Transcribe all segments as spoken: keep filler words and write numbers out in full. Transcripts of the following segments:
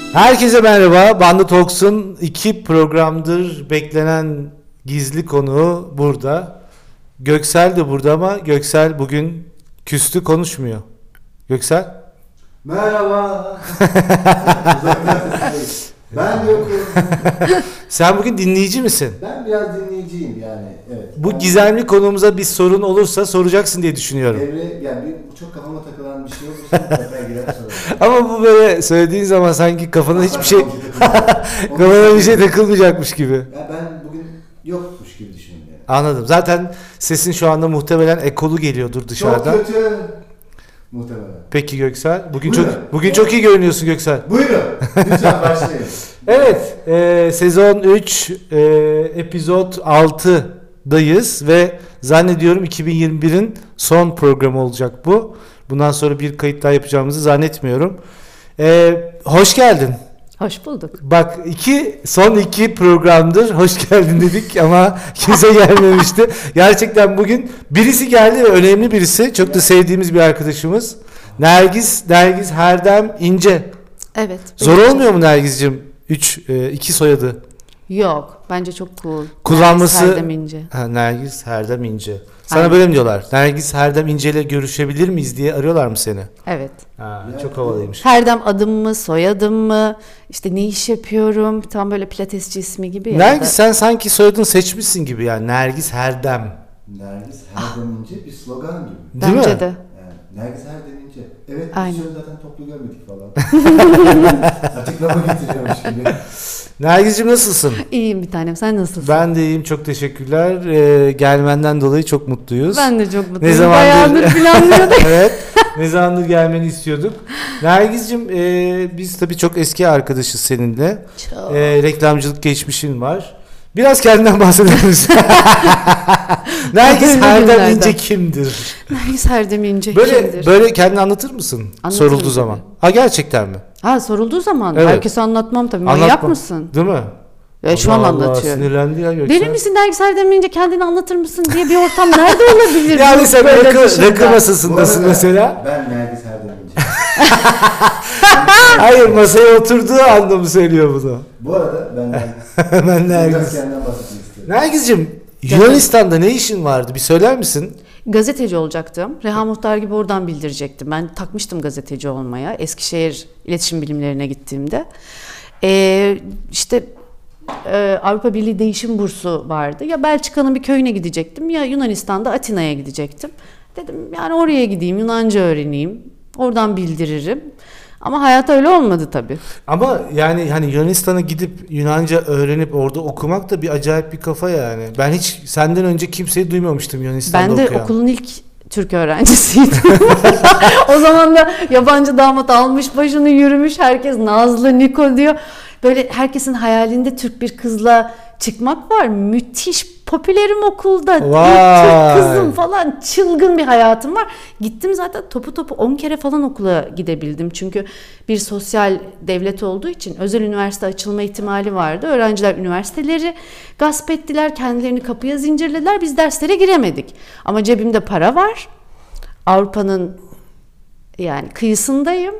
Herkese merhaba. Banda Talks'un iki programdır beklenen gizli konuğu burada. Göksel de burada ama Göksel bugün küstü, konuşmuyor. Göksel? Merhaba. Ben yokum. Sen bugün dinleyici misin? Ben biraz dinleyiciyim yani. Evet. Bu ben gizemli konuğumuza bir sorun olursa soracaksın diye düşünüyorum. Evre, yani bir, çok kafama takılan bir şey olursa mutlaka girer sorarım. Ama bu böyle söylediğin zaman sanki kafana hiçbir şey kafana bir şey takılmayacakmış gibi. Ya ben bugün yokmuş gibi düşünüyorum yani. Anladım. Zaten sesin şu anda muhtemelen ekolu geliyordur dışarıdan. Çok kötü. Muhtemelen. Peki Göksel, bugün Buyurun. çok bugün çok iyi görünüyorsun Göksel. Buyurun. Lütfen başlayın. Evet, e, sezon üç, e, epizod altıdayız ve zannediyorum iki bin yirmi birin son programı olacak bu. Bundan sonra bir kayıt daha yapacağımızı zannetmiyorum. E, hoş geldin. Hoş bulduk. Bak iki son iki programdır hoş geldin dedik ama kimse gelmemişti. Gerçekten bugün birisi geldi ve önemli birisi. Çok da sevdiğimiz bir arkadaşımız. Nergis, Nergis Herdem İnce. Evet. Zor olmuyor mu Nergis'cim? Üç, e, iki soyadı. Yok. Bence çok cool. Kullanması. Nergis Herdem İnce. Ha, Nergis Herdem İnce. Sana Aynen. böyle mi diyorlar? Nergis Herdem İnce ile görüşebilir miyiz diye arıyorlar mı seni? Evet. Ha, çok havalıymış. Herdem adım mı, soyadım mı? İşte ne iş yapıyorum? Tam böyle pilatesçi ismi gibi ya. Nergis sen sanki soyadını seçmişsin gibi yani. Nergis Herdem. Nergis Herdem İnce bir slogan gibi. Değil Bence mi? de. Yani, Nergis Herdem İnce. Evet, Aynen. bir zaten toplu görmedik falan. Açıklama getiriyormuş gibi. Nergis'cim nasılsın? İyiyim bir tanem. Sen nasılsın? Ben de iyiyim, çok teşekkürler. Ee, gelmenden dolayı çok mutluyuz. Ben de çok mutluyum. Ne zamandır Bayağıdır planlıyorduk. evet. Ne zamandır gelmeni istiyorduk. Nergis'cim e, biz tabii çok eski arkadaşız seninle. Çok. E, reklamcılık geçmişin var. Biraz kendinden bahseder misin? Nergis Öyle Herdem günlerden. İnce kimdir? Nergis Herdem İnce Böyle kimdir? böyle kendini anlatır mısın? Anlatırım Sorulduğu tabii. zaman. Ha gerçekten mi? Ha sorulduğu zaman Evet. herkese anlatmam tabii. Manyak Anlatma. mısın? Değil mi? Ya şu an Allah Allah, anlatıyor. sinirlendi ya Göksel. Deli misin Nergis Herdem İnce kendini anlatır mısın diye bir ortam nerede olabilir? Yani bu sen böyle rakı, dışında? rakı masasındasın Bu arada mesela. Ben Nergis Herdem İnce. Hayır, masaya oturduğu anda mı söylüyor bunu? Bu arada ben Nergis. Ben Biraz Nergis. kendimden bahsetmek istiyorum. Nergis'cim Yunanistan'da ne işin vardı? Bir söyler misin? Gazeteci olacaktım. Reha Muhtar gibi oradan bildirecektim. Ben takmıştım gazeteci olmaya. Eskişehir İletişim Bilimlerine gittiğimde. Ee, işte e, Avrupa Birliği Değişim Bursu vardı. Ya Belçika'nın bir köyüne gidecektim ya Yunanistan'da Atina'ya gidecektim. Dedim yani oraya gideyim, Yunanca öğreneyim. Oradan bildiririm. Ama hayat öyle olmadı tabii. Ama yani hani Yunanistan'a gidip Yunanca öğrenip orada okumak da bir acayip bir kafa yani. Ben hiç senden önce kimseyi duymamıştım Yunanistan'da Ben de okuyan. okulun ilk Türk öğrencisiydim. O zaman da yabancı damat almış başını yürümüş. Herkes Nazlı, Niko diyor. Böyle herkesin hayalinde Türk bir kızla çıkmak var. Müthiş popülerim okulda. Vay. Türk kızım falan, çılgın bir hayatım var. Gittim zaten topu topu on kere falan okula gidebildim. Çünkü bir sosyal devlet olduğu için özel üniversite açılma ihtimali vardı. Öğrenciler üniversiteleri gasp ettiler. Kendilerini kapıya zincirlediler. Biz derslere giremedik. Ama cebimde para var. Avrupa'nın yani kıyısındayım.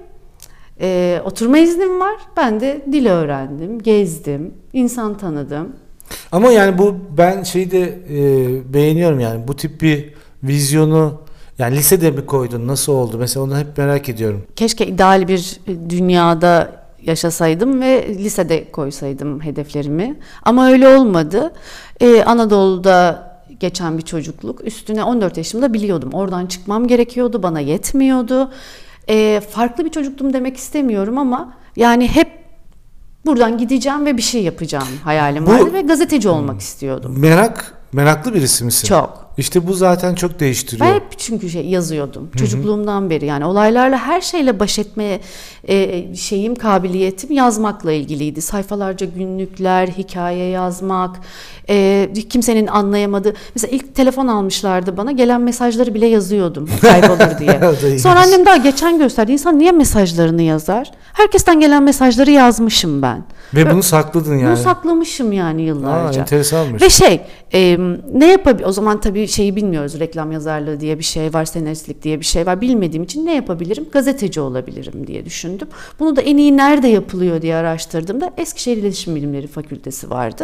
Ee, oturma iznim var. Ben de dil öğrendim, gezdim, insan tanıdım. Ama yani bu ben şeyi de e, beğeniyorum yani bu tip bir vizyonu yani lisede mi koydun, nasıl oldu mesela, onu hep merak ediyorum. Keşke ideal bir dünyada yaşasaydım ve lisede koysaydım hedeflerimi. Ama öyle olmadı. Ee, Anadolu'da geçen bir çocukluk. Üstüne on dört yaşımda biliyordum. Oradan çıkmam gerekiyordu. Bana yetmiyordu. Ee, farklı bir çocuktum demek istemiyorum ama yani hep buradan gideceğim ve bir şey yapacağım hayalim Bu- vardı ve gazeteci olmak istiyordum. Merak, meraklı birisi misin? Çok. İşte bu zaten çok değiştiriyor. Ben hep çünkü şey yazıyordum. Çocukluğumdan beri yani olaylarla her şeyle baş etme e, şeyim, kabiliyetim yazmakla ilgiliydi. Sayfalarca günlükler, hikaye yazmak, e, kimsenin anlayamadığı. Mesela ilk telefon almışlardı bana, gelen mesajları bile yazıyordum kaybolur diye. O da iyiymiş. Sonra annem daha geçen gösterdi. İnsan niye mesajlarını yazar? Herkesten gelen mesajları yazmışım ben. Ve bunu sakladın yani. Bunu saklamışım yani Aa, yıllarca. enteresanmış. Ve şey e, ne yapabilir? O zaman tabii şeyi bilmiyoruz. Reklam yazarlığı diye bir şey var, senaristlik diye bir şey var. Bilmediğim için ne yapabilirim? Gazeteci olabilirim diye düşündüm. Bunu da en iyi nerede yapılıyor diye araştırdığımda Eskişehir İletişim Bilimleri Fakültesi vardı.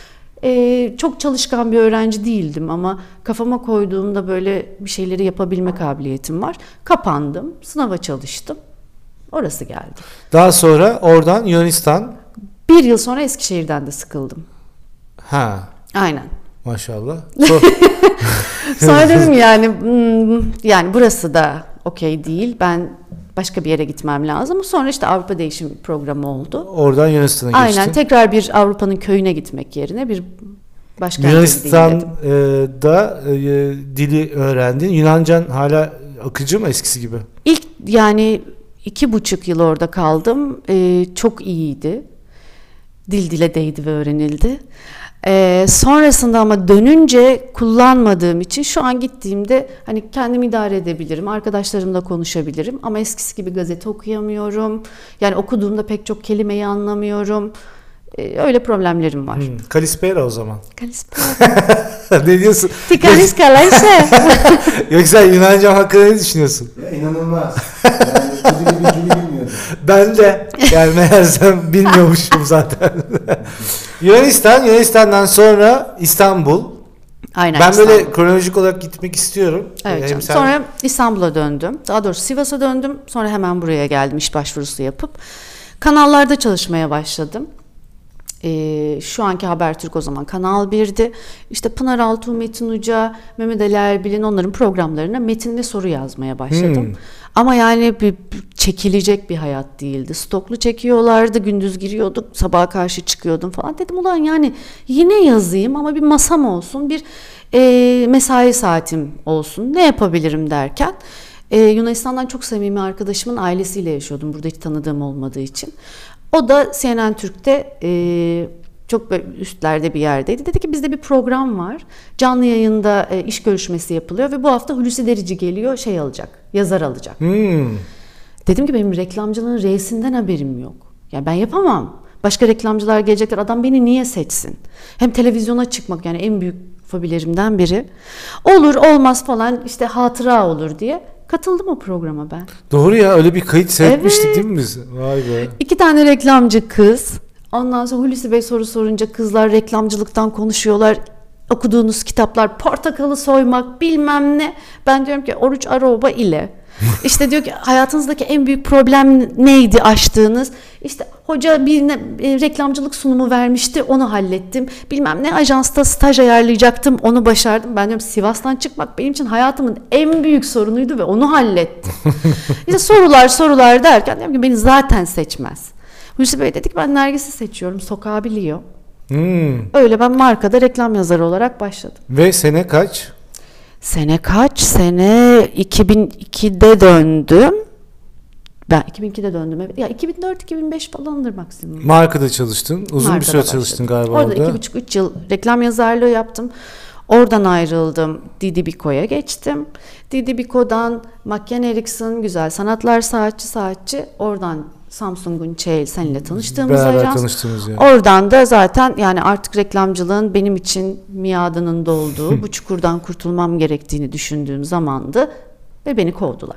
Ee, çok çalışkan bir öğrenci değildim ama kafama koyduğumda böyle bir şeyleri yapabilme kabiliyetim var. Kapandım, sınava çalıştım. Orası geldi. Daha sonra oradan Yunanistan. Bir yıl sonra Eskişehir'den de sıkıldım. Ha. Aynen. Maşallah. Sonra, sonra dedim yani yani burası da okey değil. Ben başka bir yere gitmem lazım. Sonra işte Avrupa Değişim Programı oldu. Oradan Yunanistan'a geçtin. Aynen. Tekrar bir Avrupa'nın köyüne gitmek yerine bir başka Yunanistan'da e, dili öğrendin. Yunancan hala akıcı mı eskisi gibi? İlk yani iki buçuk yıl orada kaldım. Ee, çok iyiydi. Dil dile değdi ve öğrenildi. Ee, sonrasında ama dönünce kullanmadığım için şu an gittiğimde hani kendimi idare edebilirim, arkadaşlarımla konuşabilirim ama eskisi gibi gazete okuyamıyorum. Yani okuduğumda pek çok kelimeyi anlamıyorum. Ee, öyle problemlerim var. Hmm, Kalispera o zaman. Kalispera. Ne diyorsun? Tikalis kalayse. Yoksa Yunanca hakkında ne düşünüyorsun? Ya inanılmaz. Yani bu dili bildiğini bilmiyordum. Ben de. Yani meğersem bilmiyormuşum zaten. Yunanistan, Yunanistan'dan sonra İstanbul. Aynen. Ben İstanbul. böyle kronolojik olarak gitmek istiyorum. Evet Hem canım. sen... Sonra İstanbul'a döndüm. Daha doğrusu Sivas'a döndüm. Sonra hemen buraya geldim iş başvurusu yapıp. Kanallarda çalışmaya başladım. Ee, şu anki Habertürk o zaman Kanal bir'di. İşte Pınar Altuğ, Metin Uca, Mehmet Ali Erbil'in onların programlarına metin ve soru yazmaya başladım. Hmm. Ama yani bir, çekilecek bir hayat değildi. Stoklu çekiyorlardı, gündüz giriyorduk, sabaha karşı çıkıyordum falan. Dedim ulan yani yine yazayım ama bir masam olsun, bir e, mesai saatim olsun. Ne yapabilirim derken e, Yunanistan'dan çok samimi arkadaşımın ailesiyle yaşıyordum. Burada hiç tanıdığım olmadığı için. O da C N N Türk'te e, çok böyle üstlerde bir yerdeydi. Dedi ki bizde bir program var. Canlı yayında e, iş görüşmesi yapılıyor ve bu hafta Hulusi Derici geliyor şey alacak, yazar alacak. Hmm. Dedim ki benim reklamcılığın R'sinden haberim yok. Yani ben yapamam. Başka reklamcılar gelecekler. Adam beni niye seçsin? Hem televizyona çıkmak yani en büyük fobilerimden biri. Olur olmaz falan işte hatıra olur diye. Katıldım o programa ben. Doğru ya öyle bir kayıt seyretmiştik evet. değil mi biz? Vay be. İki tane reklamcı kız. Ondan sonra Hulusi Bey soru sorunca kızlar reklamcılıktan konuşuyorlar. Okuduğunuz kitaplar portakalı soymak bilmem ne. Ben diyorum ki Oruç Aroba ile. İşte diyor ki hayatınızdaki en büyük problem neydi aştığınız? İşte hoca birine e, reklamcılık sunumu vermişti onu hallettim. Bilmem ne ajansta staj ayarlayacaktım onu başardım. Ben diyorum Sivas'tan çıkmak benim için hayatımın en büyük sorunuydu ve onu hallettim. İşte sorular sorular derken diyorum ki beni zaten seçmez. Hulusi Bey dedi ki ben Nergis'i seçiyorum sokağı biliyor. Hmm. Öyle ben markada reklam yazarı olarak başladım. Ve sene kaç? Sene kaç? Sene iki bin ikide döndüm. Ben iki bin ikide döndüm evet. Ya iki bin dört iki bin beş falandır maksimum. Markada çalıştın. Uzun Markada bir süre başladım. çalıştın galiba orada. orada. iki buçuk üç yıl reklam yazarlığı yaptım. Oradan ayrıldım. Didi Biko'ya geçtim. Didi Biko'dan Makken Eriksson Güzel Sanatlar Saatçi Saatçi. Oradan Samsung'un Çeyl seninle tanıştığımız Beraber ajans. tanıştığımız yani. Oradan da zaten yani artık reklamcılığın benim için miadının dolduğu, bu çukurdan kurtulmam gerektiğini düşündüğüm zamandı ve beni kovdular.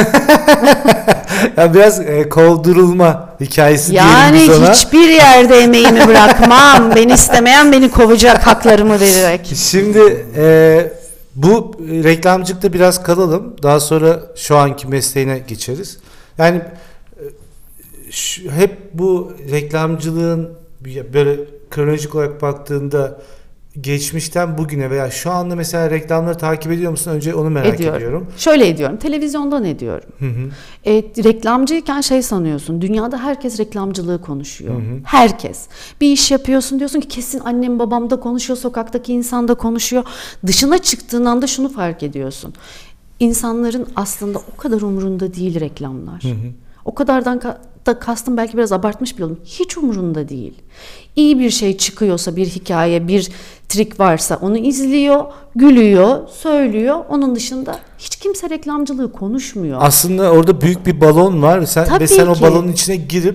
Yani biraz e, kovdurulma hikayesi yani diyelim biz ona. hiçbir yerde emeğimi bırakmam. Beni istemeyen beni kovacak haklarımı vererek. Şimdi e, bu reklamcılıkta biraz kalalım. Daha sonra şu anki mesleğine geçeriz. Yani Şu, hep bu reklamcılığın böyle kronolojik olarak baktığında geçmişten bugüne veya şu anda mesela reklamları takip ediyor musun? Önce onu merak ediyorum. ediyorum. Şöyle ediyorum. Televizyondan ediyorum. Hı hı. E, reklamcıyken şey sanıyorsun. Dünyada herkes reklamcılığı konuşuyor. Hı hı. Herkes. Bir iş yapıyorsun diyorsun ki kesin annem babam da konuşuyor. Sokaktaki insan da konuşuyor. Dışına çıktığın anda şunu fark ediyorsun. İnsanların aslında o kadar umurunda değil reklamlar. Hı hı. O kadardan ka- da kastım belki biraz abartmış bir olayım. Hiç umurunda değil. İyi bir şey çıkıyorsa bir hikaye, bir trik varsa onu izliyor, gülüyor, söylüyor. Onun dışında hiç kimse reklamcılığı konuşmuyor. Aslında orada büyük bir balon var. Sen Tabii ve sen ki. o balonun içine girip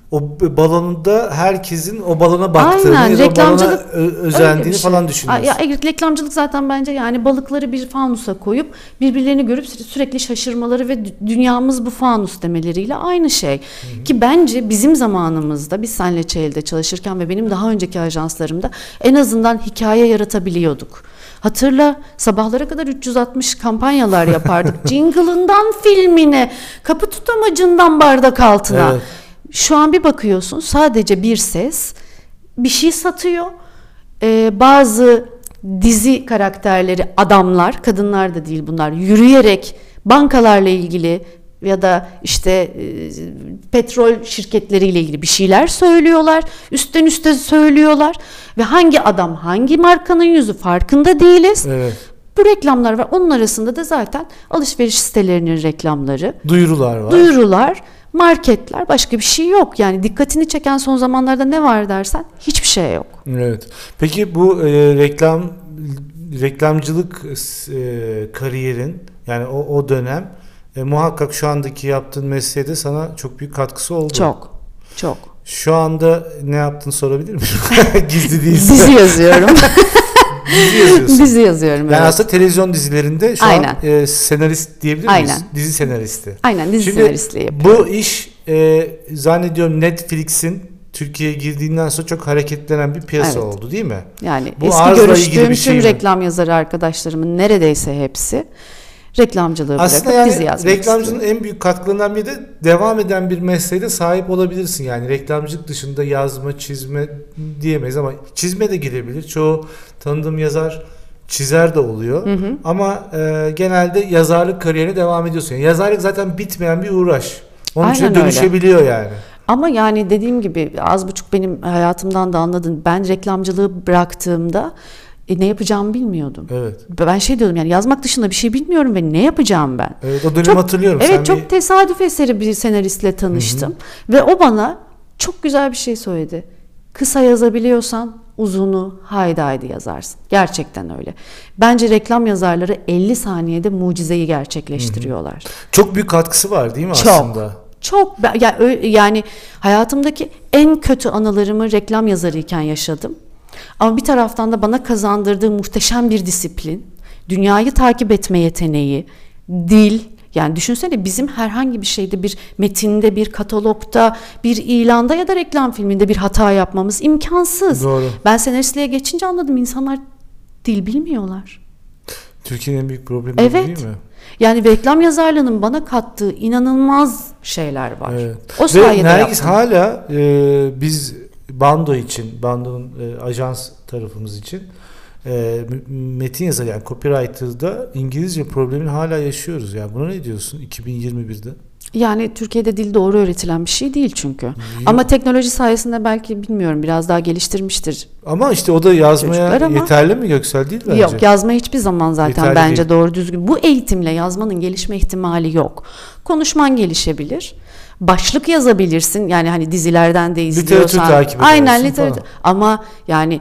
o balonunda herkesin o balona baktığını, Aynen, ya da o balona reklamcılık ö- özendiğini öyle bir şey. falan düşünüyorsun. Ya, reklamcılık zaten bence yani balıkları bir fanusa koyup birbirlerini görüp sürekli şaşırmaları ve dünyamız bu fanus demeleriyle aynı şey. Hı-hı. Ki bence bizim zamanımızda biz seninle Çeyel'de çalışırken ve benim daha önceki ajanslarımda en azından hikaye yaratabiliyorduk. Hatırla, sabahlara kadar üç yüz altmış kampanyalar yapardık. Jingle'ından filmine, kapı tutamacından bardak altına. Evet. Şu an bir bakıyorsun sadece bir ses bir şey satıyor. Ee, bazı dizi karakterleri adamlar, kadınlar da değil bunlar, yürüyerek bankalarla ilgili ya da işte e, petrol şirketleriyle ilgili bir şeyler söylüyorlar. Üstten üste söylüyorlar ve hangi adam hangi markanın yüzü farkında değiliz. Evet. Bu reklamlar var. Onun arasında da zaten alışveriş sitelerinin reklamları. Duyurular var. Duyurular, marketler, başka bir şey yok. Yani dikkatini çeken son zamanlarda ne var dersen hiçbir şey yok. Evet. Peki bu e, reklam reklamcılık e, kariyerin yani o, o dönem e, muhakkak şu andaki yaptığın mesleğe de sana çok büyük katkısı oldu. Çok. Çok. Şu anda ne yaptığını sorabilir miyim? Gizli değilse. Dizi yazıyorum. Dizi yazıyorsun. Dizi yazıyorum. Yani evet. aslında televizyon dizilerinde şu Aynen. an e, senarist diyebilir miyiz? Aynen. Dizi senaristi. Aynen dizi Şimdi senaristliği yapıyorum. Bu iş e, zannediyorum Netflix'in Türkiye'ye girdiğinden sonra çok hareketlenen bir piyasa Evet. oldu değil mi? Yani Bu eski görüştüğüm tüm şey reklam yazarı arkadaşlarımın neredeyse hepsi reklamcılığı aslında bırakıp yani dizi yazmak reklamcının istiyor. en büyük katkılarından biri de devam eden bir mesleğe de sahip olabilirsin. Yani reklamcılık dışında yazma, çizme diyemeyiz ama çizme de girebilir. Çoğu tanıdığım yazar çizer de oluyor. Hı hı. Ama e, genelde yazarlık kariyerine devam ediyorsun. Yani yazarlık zaten bitmeyen bir uğraş. Onun Aynen için dönüşebiliyor öyle. yani. Ama yani dediğim gibi az buçuk benim hayatımdan da anladın. Ben reklamcılığı bıraktığımda e, ne yapacağımı bilmiyordum. Evet. Ben şey diyordum yani yazmak dışında bir şey bilmiyorum ve ne yapacağım ben? Evet, o dönemi çok, hatırlıyorum. Evet Sen çok bir... tesadüf eseri bir senaristle tanıştım. Hı-hı. Ve o bana çok güzel bir şey söyledi. Kısa yazabiliyorsan uzunu haydi haydi yazarsın. Gerçekten öyle. Bence reklam yazarları elli saniyede mucizeyi gerçekleştiriyorlar. Hı-hı. Çok büyük katkısı var değil mi çok, aslında? Çok. Yani, yani hayatımdaki en kötü anılarımı reklam yazarıyken yaşadım. Ama bir taraftan da bana kazandırdığı muhteşem bir disiplin, dünyayı takip etme yeteneği, dil. Yani düşünsene bizim herhangi bir şeyde, bir metinde, bir katalogda, bir ilanda ya da reklam filminde bir hata yapmamız imkansız. Doğru. Ben senaristliğe geçince anladım, insanlar dil bilmiyorlar. Türkiye'nin en büyük problemi evet. değil mi? Yani reklam yazarlığının bana kattığı inanılmaz şeyler var. Evet. O sayede Ve Nergis yaptım. hala e, biz Bando için, Bando'nun e, ajans tarafımız için e, metin yazarı yani copywriter'da İngilizce problemini hala yaşıyoruz. Yani buna ne diyorsun iki bin yirmi birde? Yani Türkiye'de dil doğru öğretilen bir şey değil çünkü. Yok. Ama teknoloji sayesinde belki bilmiyorum biraz daha geliştirmiştir. Ama işte o da yazmaya ama, yeterli mi Göksel değil bence? Yok, yazma hiçbir zaman zaten yeterli bence değil. doğru düzgün. Bu eğitimle yazmanın gelişme ihtimali yok. Konuşman gelişebilir. Başlık yazabilirsin. Yani hani dizilerden de izliyorsan. Literatür takip edersin. Aynen literatür. Ama yani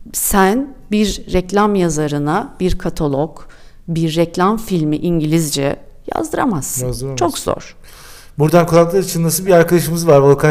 sen bir reklam yazarına bir katalog, bir reklam filmi İngilizce yazdıramazsın. Yazdıramazsın. Çok zor. Buradan kulakları çınlasın bir arkadaşımız var Volkan.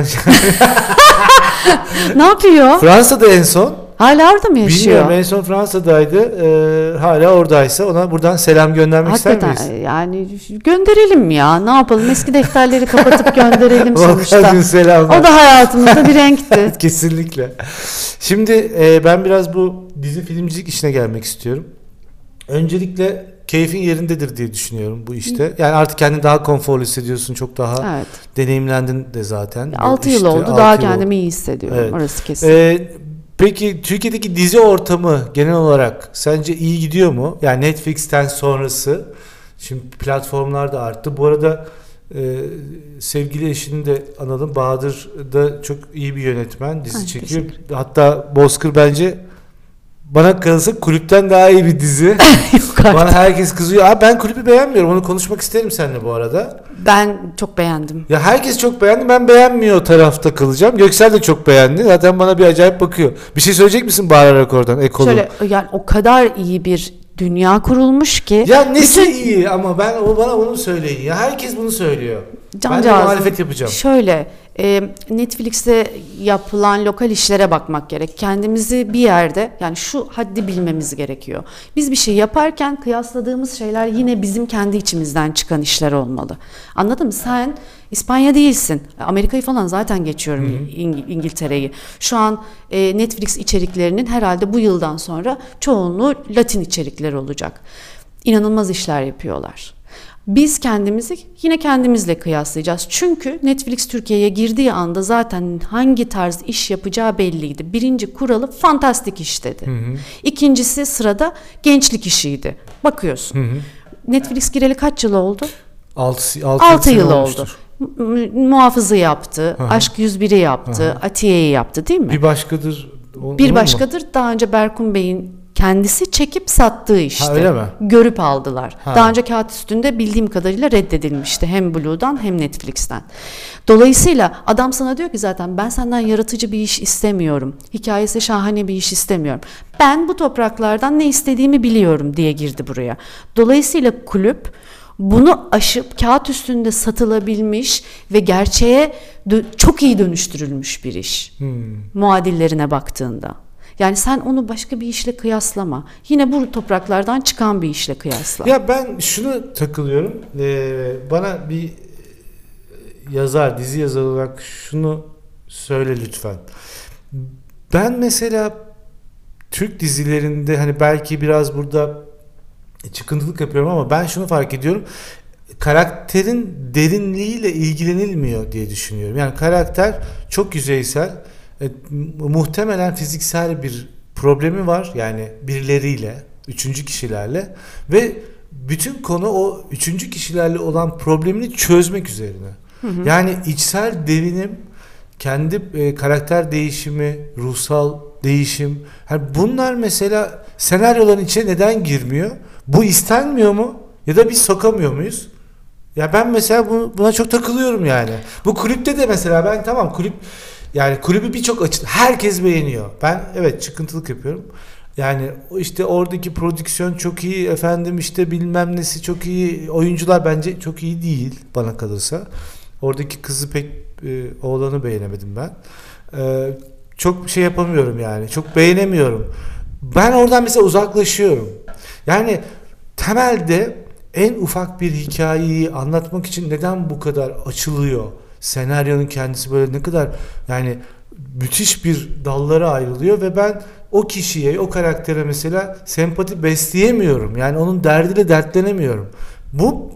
Ne yapıyor? Fransa'da en son. Hala orada mı yaşıyor? Bilmiyorum, en son Fransa'daydı. Ee, hala oradaysa ona buradan selam göndermek Hakikaten, ister miyiz? yani gönderelim ya. Ne yapalım? Eski defterleri kapatıp gönderelim sonuçta. Volkan'cığım selamlar. O da hayatımızda bir renkti. Kesinlikle. Şimdi e, ben biraz bu dizi filmcilik işine gelmek istiyorum. Öncelikle keyfin yerindedir diye düşünüyorum bu işte. Yani artık kendini daha konforlu hissediyorsun. Çok daha Evet. deneyimlendin de zaten. altı işte, yıl oldu. altı Daha yıl kendimi oldu. iyi hissediyorum. Evet. Orası kesin. Ee, peki Türkiye'deki dizi ortamı genel olarak sence iyi gidiyor mu? Yani Netflix'ten sonrası. Şimdi platformlar da arttı. Bu arada e, sevgili eşini de analım. Bahadır da çok iyi bir yönetmen. Dizi Ay, çekiyor. Hatta Bozkır bence bana kalırsa kulüpten daha iyi bir dizi. Bana herkes kızıyor. Abi ben kulübü beğenmiyorum. Onu konuşmak isterim seninle bu arada. Ben çok beğendim. Ya herkes çok beğendi. Ben beğenmiyor tarafta kalacağım. Göksel de çok beğendi. Zaten bana bir acayip bakıyor. Bir şey söyleyecek misin bağırarak oradan ekolu? Şöyle yani o kadar iyi bir dünya kurulmuş ki. Ya nesi bütün... iyi ama ben o bana onu söyleyin. Ya herkes bunu söylüyor. cancağızım. Ben de muhalefet yapacağım. Şöyle, e, Netflix'te yapılan lokal işlere bakmak gerek. Kendimizi bir yerde, yani şu haddi bilmemiz gerekiyor. Biz bir şey yaparken kıyasladığımız şeyler yine bizim kendi içimizden çıkan işler olmalı. Anladın mı? Sen İspanya değilsin. Amerika'yı falan zaten geçiyorum, İng- İngiltere'yi. Şu an e, Netflix içeriklerinin herhalde bu yıldan sonra çoğunluğu Latin içerikleri olacak. İnanılmaz işler yapıyorlar. Biz kendimizi yine kendimizle kıyaslayacağız. Çünkü Netflix Türkiye'ye girdiği anda zaten hangi tarz iş yapacağı belliydi. Birinci kuralı fantastik iş dedi. Hı hı. İkincisi sırada gençlik işiydi. Bakıyorsun. Hı hı. Netflix gireli kaç yıl oldu? altı yıl oldu. Muhafızı yaptı, Aha. Aşk yüz biri yaptı, Aha. Atiye'yi yaptı değil mi? Bir başkadır. O, bir başkadır. Mu? Daha önce Berkun Bey'in kendisi çekip sattığı işte. Ha, öyle mi? Görüp aldılar. Ha. Daha önce kağıt üstünde bildiğim kadarıyla reddedilmişti. Hem Blue'dan hem Netflix'ten. Dolayısıyla adam sana diyor ki zaten ben senden yaratıcı bir iş istemiyorum. Hikayesi şahane bir iş istemiyorum. Ben bu topraklardan ne istediğimi biliyorum diye girdi buraya. Dolayısıyla kulüp bunu aşıp kağıt üstünde satılabilmiş ve gerçeğe dö- çok iyi dönüştürülmüş bir iş. Hmm. Muadillerine baktığında. Yani sen onu başka bir işle kıyaslama. Yine bu topraklardan çıkan bir işle kıyasla. Ya ben şunu takılıyorum. Ee, bana bir yazar, dizi yazarı olarak şunu söyle lütfen. Ben mesela Türk dizilerinde hani belki biraz burada çıkıntılık yapıyorum ama ben şunu fark ediyorum. Karakterin derinliğiyle ilgilenilmiyor diye düşünüyorum. Yani karakter çok yüzeysel. E, muhtemelen fiziksel bir problemi var. Yani birileriyle, üçüncü kişilerle ve bütün konu o üçüncü kişilerle olan problemini çözmek üzerine. Hı hı. Yani içsel devinim, kendi e, karakter değişimi, ruhsal değişim. Yani bunlar mesela senaryoların içine neden girmiyor? Bu istenmiyor mu? Ya da biz sokamıyor muyuz? Ya ben mesela bu, buna çok takılıyorum yani. Bu kulüpte de mesela ben tamam kulüp yani kulübü birçok açı herkes beğeniyor. Ben evet çıkıntılık yapıyorum. Yani işte oradaki prodüksiyon çok iyi, efendim işte bilmem nesi çok iyi, oyuncular bence çok iyi değil bana kalırsa. Oradaki kızı pek e, oğlanı beğenemedim ben. E, çok şey yapamıyorum yani. Çok beğenemiyorum. Ben oradan mesela uzaklaşıyorum. Yani temelde en ufak bir hikayeyi anlatmak için neden bu kadar açılıyor? Senaryonun kendisi böyle ne kadar yani müthiş bir dallara ayrılıyor ve ben o kişiye, o karaktere mesela sempati besleyemiyorum. Yani onun derdiyle dertlenemiyorum. Bu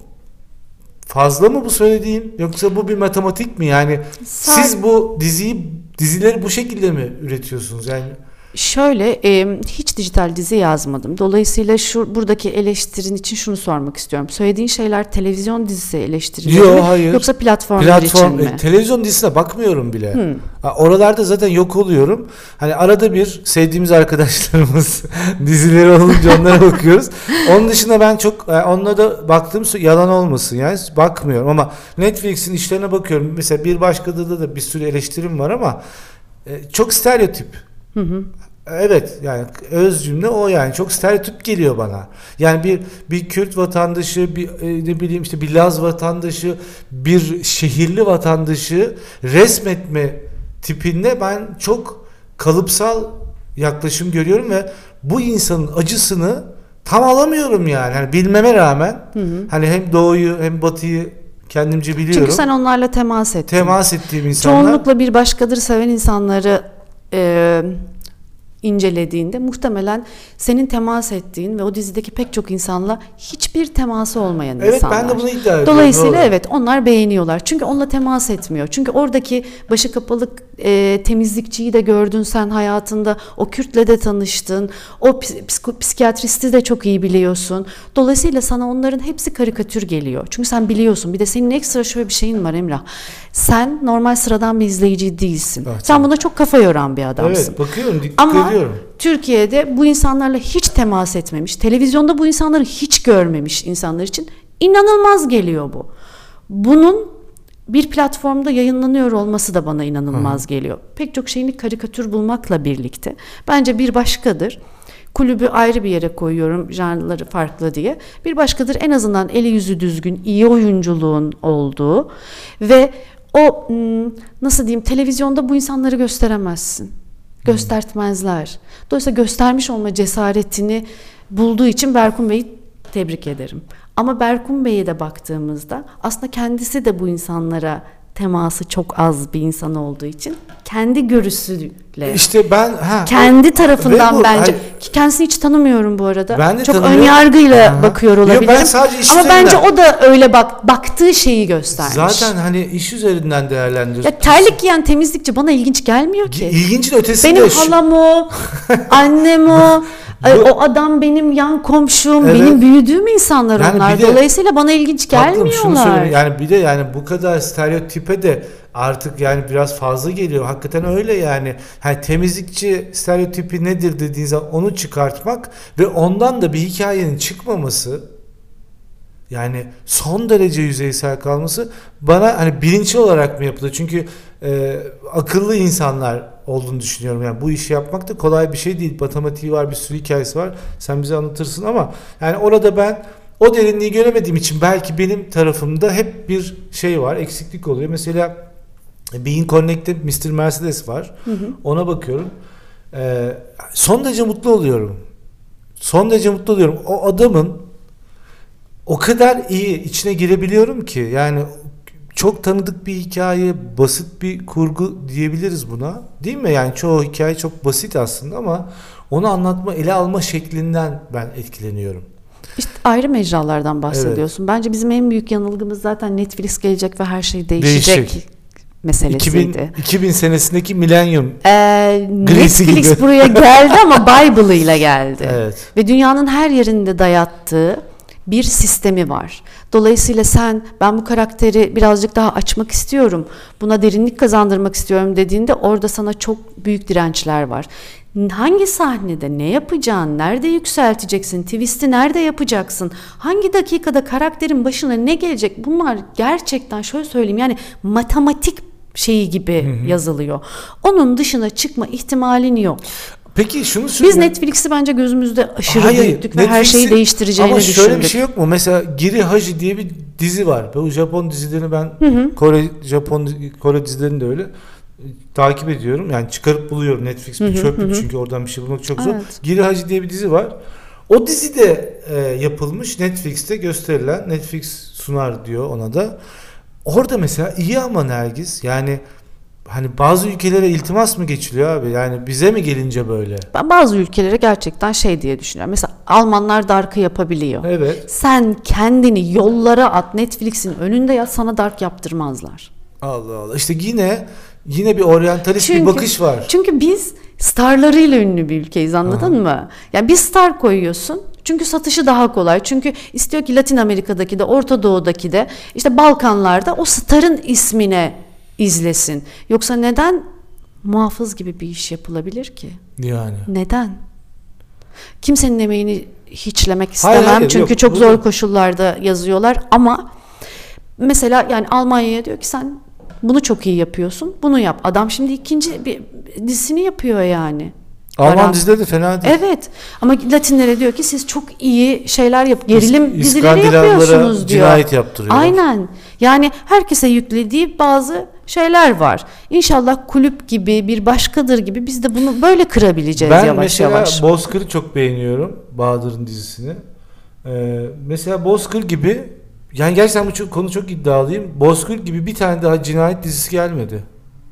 fazla mı bu söylediğim yoksa bu bir matematik mi? Yani Sen... siz bu diziyi dizileri bu şekilde mi üretiyorsunuz? Yani Şöyle e, hiç dijital dizi yazmadım. Dolayısıyla şu buradaki eleştirin için şunu sormak istiyorum. Söylediğin şeyler televizyon dizisi eleştirileri Yo, mi? Hayır. Yoksa platformlar Platform, için mi? E, televizyon dizisine bakmıyorum bile. Hmm. Ha, oralarda zaten yok oluyorum. Hani arada bir sevdiğimiz arkadaşlarımız dizileri olunca onlara bakıyoruz. Onun dışında ben çok yani onlara da baktığım yalan olmasın yani bakmıyorum ama Netflix'in işlerine bakıyorum. Mesela bir başkada da, da bir sürü eleştirim var ama e, çok stereotip. Hı hı. Evet yani öz cümle o yani çok stereotip geliyor bana. Yani bir bir Kürt vatandaşı, bir e, ne bileyim işte bir Laz vatandaşı, bir şehirli vatandaşı resmetme tipinde ben çok kalıpsal yaklaşım görüyorum ve bu insanın acısını tam alamıyorum yani. Hani bilmeme rağmen hı hı. Hani hem doğuyu hem batıyı kendimce biliyorum. Çünkü sen onlarla temas ettin. Temas ettiğim insanlar. Çoğunlukla bir başkadır seven insanları e, incelediğinde muhtemelen senin temas ettiğin ve o dizideki pek çok insanla hiçbir teması olmayan evet, insanlar. Evet ben de bunu iddia ediyorum. Dolayısıyla doğru. Evet onlar beğeniyorlar. Çünkü onunla temas etmiyor. Çünkü oradaki başı kapalı e, temizlikçiyi de gördün sen hayatında. O Kürt'le de tanıştın. O psiko, psikiyatristi de çok iyi biliyorsun. Dolayısıyla sana onların hepsi karikatür geliyor. Çünkü sen biliyorsun. Bir de senin ekstra şöyle bir şeyin var Emrah. Sen normal sıradan bir izleyici değilsin. Evet, sen buna çok kafa yoran bir adamsın. Evet bakıyorum dikkat Ama ediyorum. Türkiye'de bu insanlarla hiç temas etmemiş, televizyonda bu insanları hiç görmemiş insanlar için inanılmaz geliyor bu. Bunun bir platformda yayınlanıyor olması da bana inanılmaz Hı. geliyor. Pek çok şeyini karikatür bulmakla birlikte bence bir başkadır. Kulübü ayrı bir yere koyuyorum, janrları farklı diye. Bir başkadır en azından eli yüzü düzgün, iyi oyunculuğun olduğu ve o nasıl diyeyim, televizyonda bu insanları gösteremezsin. Göstertmezler. Dolayısıyla göstermiş olma cesaretini bulduğu için Berkun Bey'i tebrik ederim. Ama Berkun Bey'e de baktığımızda aslında kendisi de bu insanlara teması çok az bir insan olduğu için kendi görüsüyle, İşte ben ha, kendi tarafından bu, bence, hani, kendisini hiç tanımıyorum bu arada. Ben de çok tanımıyorum. önyargıyla Aha. bakıyor Yok, olabilirim. ben sadece iş Ama üzerinden- bence o da öyle bak baktığı şeyi göstermiş. zaten hani iş üzerinden değerlendiriyoruz. Ya terlik giyen temizlikçi bana ilginç gelmiyor ki. İlgincin ötesinde Benim şu- halam o, annem o, ay, Bu- o adam benim yan komşum, Evet. benim büyüdüğüm insanlar Yani onlar. bir de- Dolayısıyla bana ilginç Tatlım, şunu gelmiyorlar. söyleyeyim. Yani bir de yani bu kadar stereotipe de artık yani biraz fazla geliyor. Hakikaten öyle yani. Hani temizlikçi stereotipi nedir dediğin zaman onu çıkartmak ve ondan da bir hikayenin çıkmaması, yani son derece yüzeysel kalması bana hani bilinçli olarak mı yapılıyor? Çünkü e, akıllı insanlar olduğunu düşünüyorum. Yani bu işi yapmak da kolay bir şey değil. Matematiği var, bir sürü hikayesi var. Sen bize anlatırsın ama yani orada ben o derinliği göremediğim için belki benim tarafımda hep bir şey var, eksiklik oluyor. Mesela Being Connected mister Mercedes var. Hı hı. Ona bakıyorum. Ee, son derece mutlu oluyorum. Son derece mutlu oluyorum. O adamın o kadar iyi içine girebiliyorum ki, yani çok tanıdık bir hikaye, basit bir kurgu diyebiliriz buna. Değil mi? Yani çoğu hikaye çok basit aslında ama onu anlatma, ele alma şeklinden ben etkileniyorum. İşte ayrı mecralardan bahsediyorsun. Evet. Bence bizim en büyük yanılgımız zaten Netflix gelecek ve her şey değişecek, değişecek. meselesiydi. iki bin, iki bin senesindeki milenyum ee, Netflix gibi. Buraya geldi ama Bible ile geldi. Evet. Ve dünyanın her yerinde dayattığı bir sistemi var. Dolayısıyla sen, ben bu karakteri birazcık daha açmak istiyorum, buna derinlik kazandırmak istiyorum dediğinde orada sana çok büyük dirençler var. Hangi sahnede ne yapacağın, nerede yükselteceksin, twist'i nerede yapacaksın, hangi dakikada karakterin başına ne gelecek, bunlar gerçekten şöyle söyleyeyim, yani matematik şeyi gibi hı hı. yazılıyor. Onun dışına çıkma ihtimalin yok. Peki şunu söyleyeyim. Biz Netflix'i bence gözümüzde aşırı Hayır, büyüttük ve her şeyi değiştireceğini düşündük. Ama şöyle bir şey yok mu? Mesela Giri Haji diye bir dizi var. Bu Japon dizilerini ben hı hı. Kore Japon Kore dizilerini de öyle takip ediyorum. Yani çıkarıp buluyorum. Netflix bir çöplük çünkü oradan bir şey bulmak çok zor. Evet. Giri Haji diye bir dizi var. O dizi de e, yapılmış. Netflix'te gösterilen. Netflix sunar diyor ona da. Orada mesela iyi ama Nergis, yani hani bazı ülkelere iltimas mı geçiliyor abi? Yani bize mi gelince böyle? Ben bazı ülkelere gerçekten şey diye düşünüyorum. Mesela Almanlar dark'ı yapabiliyor. Evet. Sen kendini yollara at, Netflix'in önünde yat, sana dark yaptırmazlar. Allah Allah. İşte yine yine bir oryantalist çünkü, bir bakış var. Çünkü biz starlarıyla ünlü bir ülkeyiz, anladın Aha. mı? Yani bir star koyuyorsun. Çünkü satışı daha kolay. Çünkü istiyor ki Latin Amerika'daki de, Orta Doğu'daki de, işte Balkanlarda o starın ismine izlesin. Yoksa neden muhafız gibi bir iş yapılabilir ki? Yani. Neden? Kimsenin emeğini hiçlemek istemem. Hayır, hayır, çünkü yok, çok bu zor da... koşullarda yazıyorlar ama mesela yani Almanya'ya diyor ki sen bunu çok iyi yapıyorsun, bunu yap. Adam şimdi ikinci bir dizisini yapıyor yani. Alman Aram. dizileri de fena değil. Evet. Ama Latinlere diyor ki siz çok iyi şeyler yap, gerilim İs- dizileri yapıyorsunuz diyor. Cinayet yaptırıyor. Aynen. Yani herkese yüklediği bazı şeyler var. İnşallah Kulüp gibi, Bir Başkadır gibi biz de bunu böyle kırabileceğiz ben yavaş yavaş. Ben yavaş. mesela Bozkır'ı çok beğeniyorum. Bahadır'ın dizisini. Ee, mesela Bozkır gibi, yani gerçekten bu çok, konu çok iddialıyım. Bozkır gibi bir tane daha cinayet dizisi gelmedi.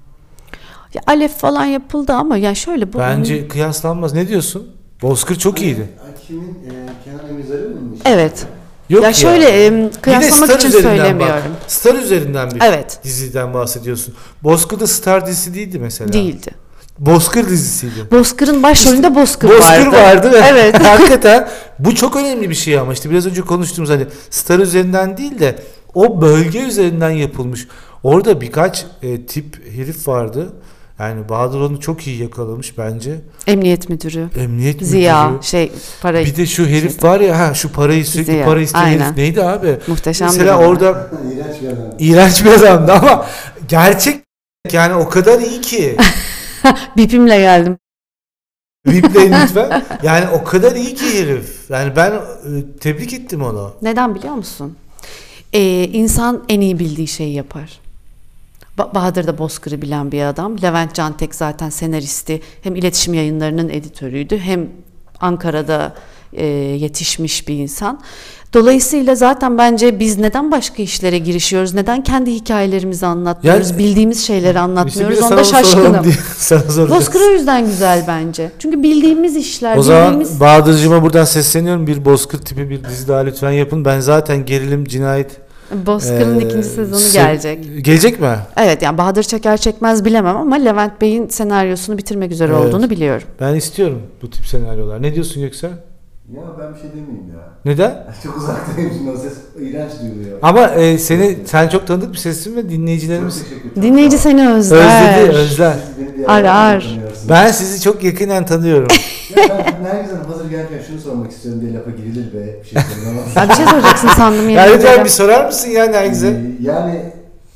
Ya Alef falan yapıldı ama ya şöyle bu. Bence kıyaslanmaz. Ne diyorsun? Bozkır çok iyiydi. Kimin? E, Kenan Emirzalı'nın mı? Evet. Yok ya şöyle e, kıyaslamak için söylemiyorum. Bak, Star üzerinden bir evet. diziden bahsediyorsun. Bozkır da Star dizisi değildi mesela. Değildi. Bozkır dizisiydi. Bozkır'ın başrolünde işte, Bozkır, Bozkır vardı. Bozkır vardı ve evet. hakikaten bu çok önemli bir şey ama işte biraz önce konuştuğumuz hani Star üzerinden değil de o bölge üzerinden yapılmış. Orada birkaç e, tip herif vardı. Yani Bahadır onu çok iyi yakalamış bence. Emniyet müdürü. Emniyet Ziya, müdürü. şey parayı. Bir de şu herif var ya, ha şu parayı sürekli Ziya, para isteyen aynen. herif neydi abi? Muhteşem. Mesela bir orada iğrenç bir adam. İğrenç bir adamdı ama gerçek, yani o kadar iyi ki. Bipimle geldim. Replay'in lütfen. Yani o kadar iyi ki herif. Yani ben e, tebrik ettim onu. Neden biliyor musun? Ee, insan en iyi bildiği şeyi yapar. Ba- Bahadır da Bozkır'ı bilen bir adam. Levent Cantek zaten senaristi. Hem iletişim yayınlarının editörüydü. Hem Ankara'da e, yetişmiş bir insan. Dolayısıyla zaten bence biz neden başka işlere girişiyoruz? Neden kendi hikayelerimizi anlatmıyoruz? Yani, bildiğimiz şeyleri anlatmıyoruz. İşte bir de Onda sana soralım şaşkınım. diye sana soracağız. Bozkır o yüzden güzel bence. Çünkü bildiğimiz işler, O zaman bildiğimiz... Bahadır'cığıma buradan sesleniyorum. Bir Bozkır tipi bir dizi daha lütfen yapın. Ben zaten gerilim, cinayet... Bozkır'ın Ee, ikinci sezonu se- gelecek. Gelecek mi? Evet, yani Bahadır çeker çekmez bilemem ama Levent Bey'in senaryosunu bitirmek üzere Evet. olduğunu biliyorum. Ben istiyorum bu tip senaryolar. Ne diyorsun Göksel? Ya ben bir şey demeyeyim ya. Neden? Çok uzaktayım şimdi, o ses iğrenç duyuluyor. Ama e, seni sen çok tanıdık bir sesin ve dinleyicilerimiz Çok teşekkür ederim. Dinleyici seni özler. özledi, özler. Siz beni bir Ar, yerden ar. tanıyorsunuz. Ben sizi çok yakinen tanıyorum. Ya ben Nergiz Hanım hazır gelirken şunu sormak istiyorum diye lafa girilir ve bir şey söylemez. Ya bir şey soracaksın sandım. yemin Ya lütfen ederim. bir sorar mısın ya Nergiz'e? Ee, yani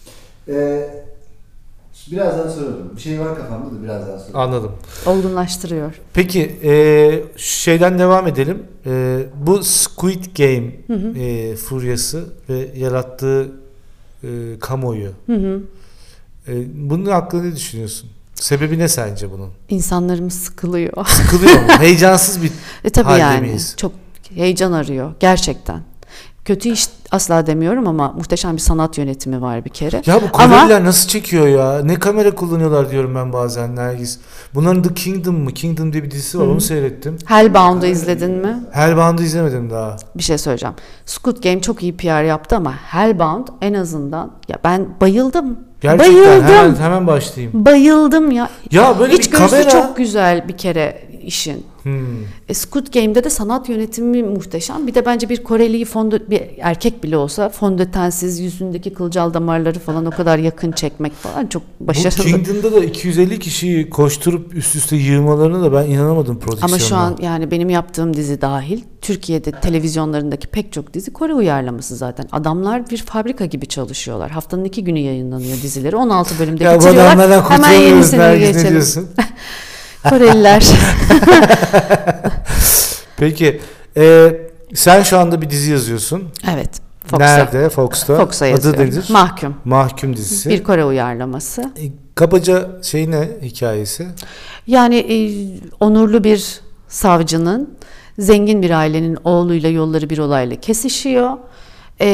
e, birazdan sorarım. Bir şey var kafamda da birazdan sorarım. Anladım. Olgunlaştırıyor. Peki e, şeyden devam edelim. E, bu Squid Game Hı hı. e, furyası ve yarattığı e, kamuoyu. Hı hı. E, bunun hakkında ne düşünüyorsun? Sebebi ne sence bunun? İnsanlarımız sıkılıyor. Sıkılıyor mu? Heyecansız bir E tabii halde yani. miyiz? Çok heyecan arıyor. Gerçekten. Kötü iş asla demiyorum ama muhteşem bir sanat yönetimi var bir kere. Ya bu Ama- Koreliler nasıl çekiyor ya? Ne kamera kullanıyorlar diyorum ben bazen Nergis. Bunların The Kingdom mı? Kingdom diye bir dizisi var, Hı. onu seyrettim. Hellbound'u izledin mi? Hellbound'u izlemedim daha. Bir şey söyleyeceğim. Squid Game çok iyi P R yaptı ama Hellbound en azından ya ben bayıldım. Gerçekten bayıldım. hemen hemen başlayayım. Bayıldım ya. Ya böyle İç bir görüsü kamera. çok güzel bir kere işin. Hmm. E, Squid Game'de de sanat yönetimi muhteşem. Bir de bence bir Koreli'yi fondö bir erkek bile olsa fondötensiz yüzündeki kılcal damarları falan o kadar yakın çekmek falan çok Bu başarılı. Kingdom'da da iki yüz elli kişiyi koşturup üst üste yığmalarına da ben inanamadım prodüksiyona. Ama şu an yani benim yaptığım dizi dahil Türkiye'de televizyonlarındaki pek çok dizi Kore uyarlaması zaten. Adamlar bir fabrika gibi çalışıyorlar. Haftanın iki günü yayınlanıyor dizileri. on altı bölümde ya bu bitiriyorlar. adamlardan Hemen kurtulamıyoruz yenisine Nergis, ne geçelim. diyorsun? Koreliler. Peki e, sen şu anda bir dizi yazıyorsun. Evet. Fox'a. Nerede? Fox'ta. Fox'a Adı yazıyorum. nedir? Mahkum. Mahkum dizisi. Bir Kore uyarlaması. E, Kabaca şey ne hikayesi? Yani e, onurlu bir savcının zengin bir ailenin oğluyla yolları bir olayla kesişiyor. E,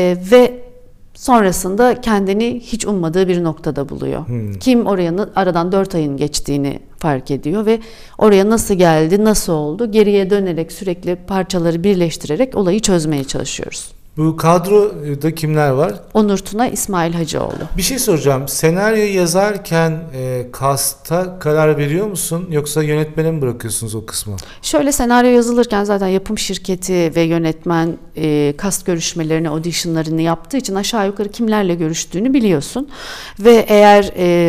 ve sonrasında kendini hiç ummadığı bir noktada buluyor. Hmm. Kim oraya na- aradan dört ayın geçtiğini fark ediyor ve oraya nasıl geldi, nasıl oldu geriye dönerek sürekli parçaları birleştirerek olayı çözmeye çalışıyoruz. Bu kadroda kimler var? Onur Tuna, İsmail Hacıoğlu. Bir şey soracağım. Senaryoyu yazarken e, cast'a karar veriyor musun? Yoksa yönetmene mi bırakıyorsunuz o kısmı? Şöyle senaryo yazılırken zaten yapım şirketi ve yönetmen e, kast görüşmelerini, auditionlarını yaptığı için aşağı yukarı kimlerle görüştüğünü biliyorsun. Ve eğer e,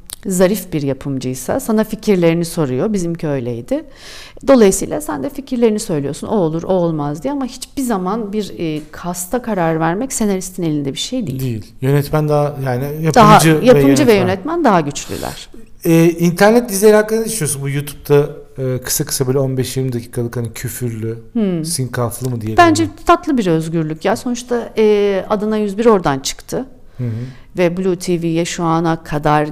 zarif bir yapımcıysa sana fikirlerini soruyor. Bizimki öyleydi. Dolayısıyla sen de fikirlerini söylüyorsun. O olur, o olmaz diye ama hiçbir zaman bir e, kasta karar vermek senaristin elinde bir şey değil. Değil. Yönetmen daha yani yapımcı, Daha ve yapımcı yönetmen. ve yönetmen daha güçlüler. E, internet dizileri hakkında ne düşünüyorsun? Bu YouTube'da e, kısa kısa böyle on beş yirmi dakikalık hani küfürlü, Hmm. sinkaflı mı diyelim? Bence ona? tatlı bir özgürlük ya. Sonuçta e, Adana yüz bir oradan çıktı. Hı hı. Ve Blue T V'ye şu ana kadar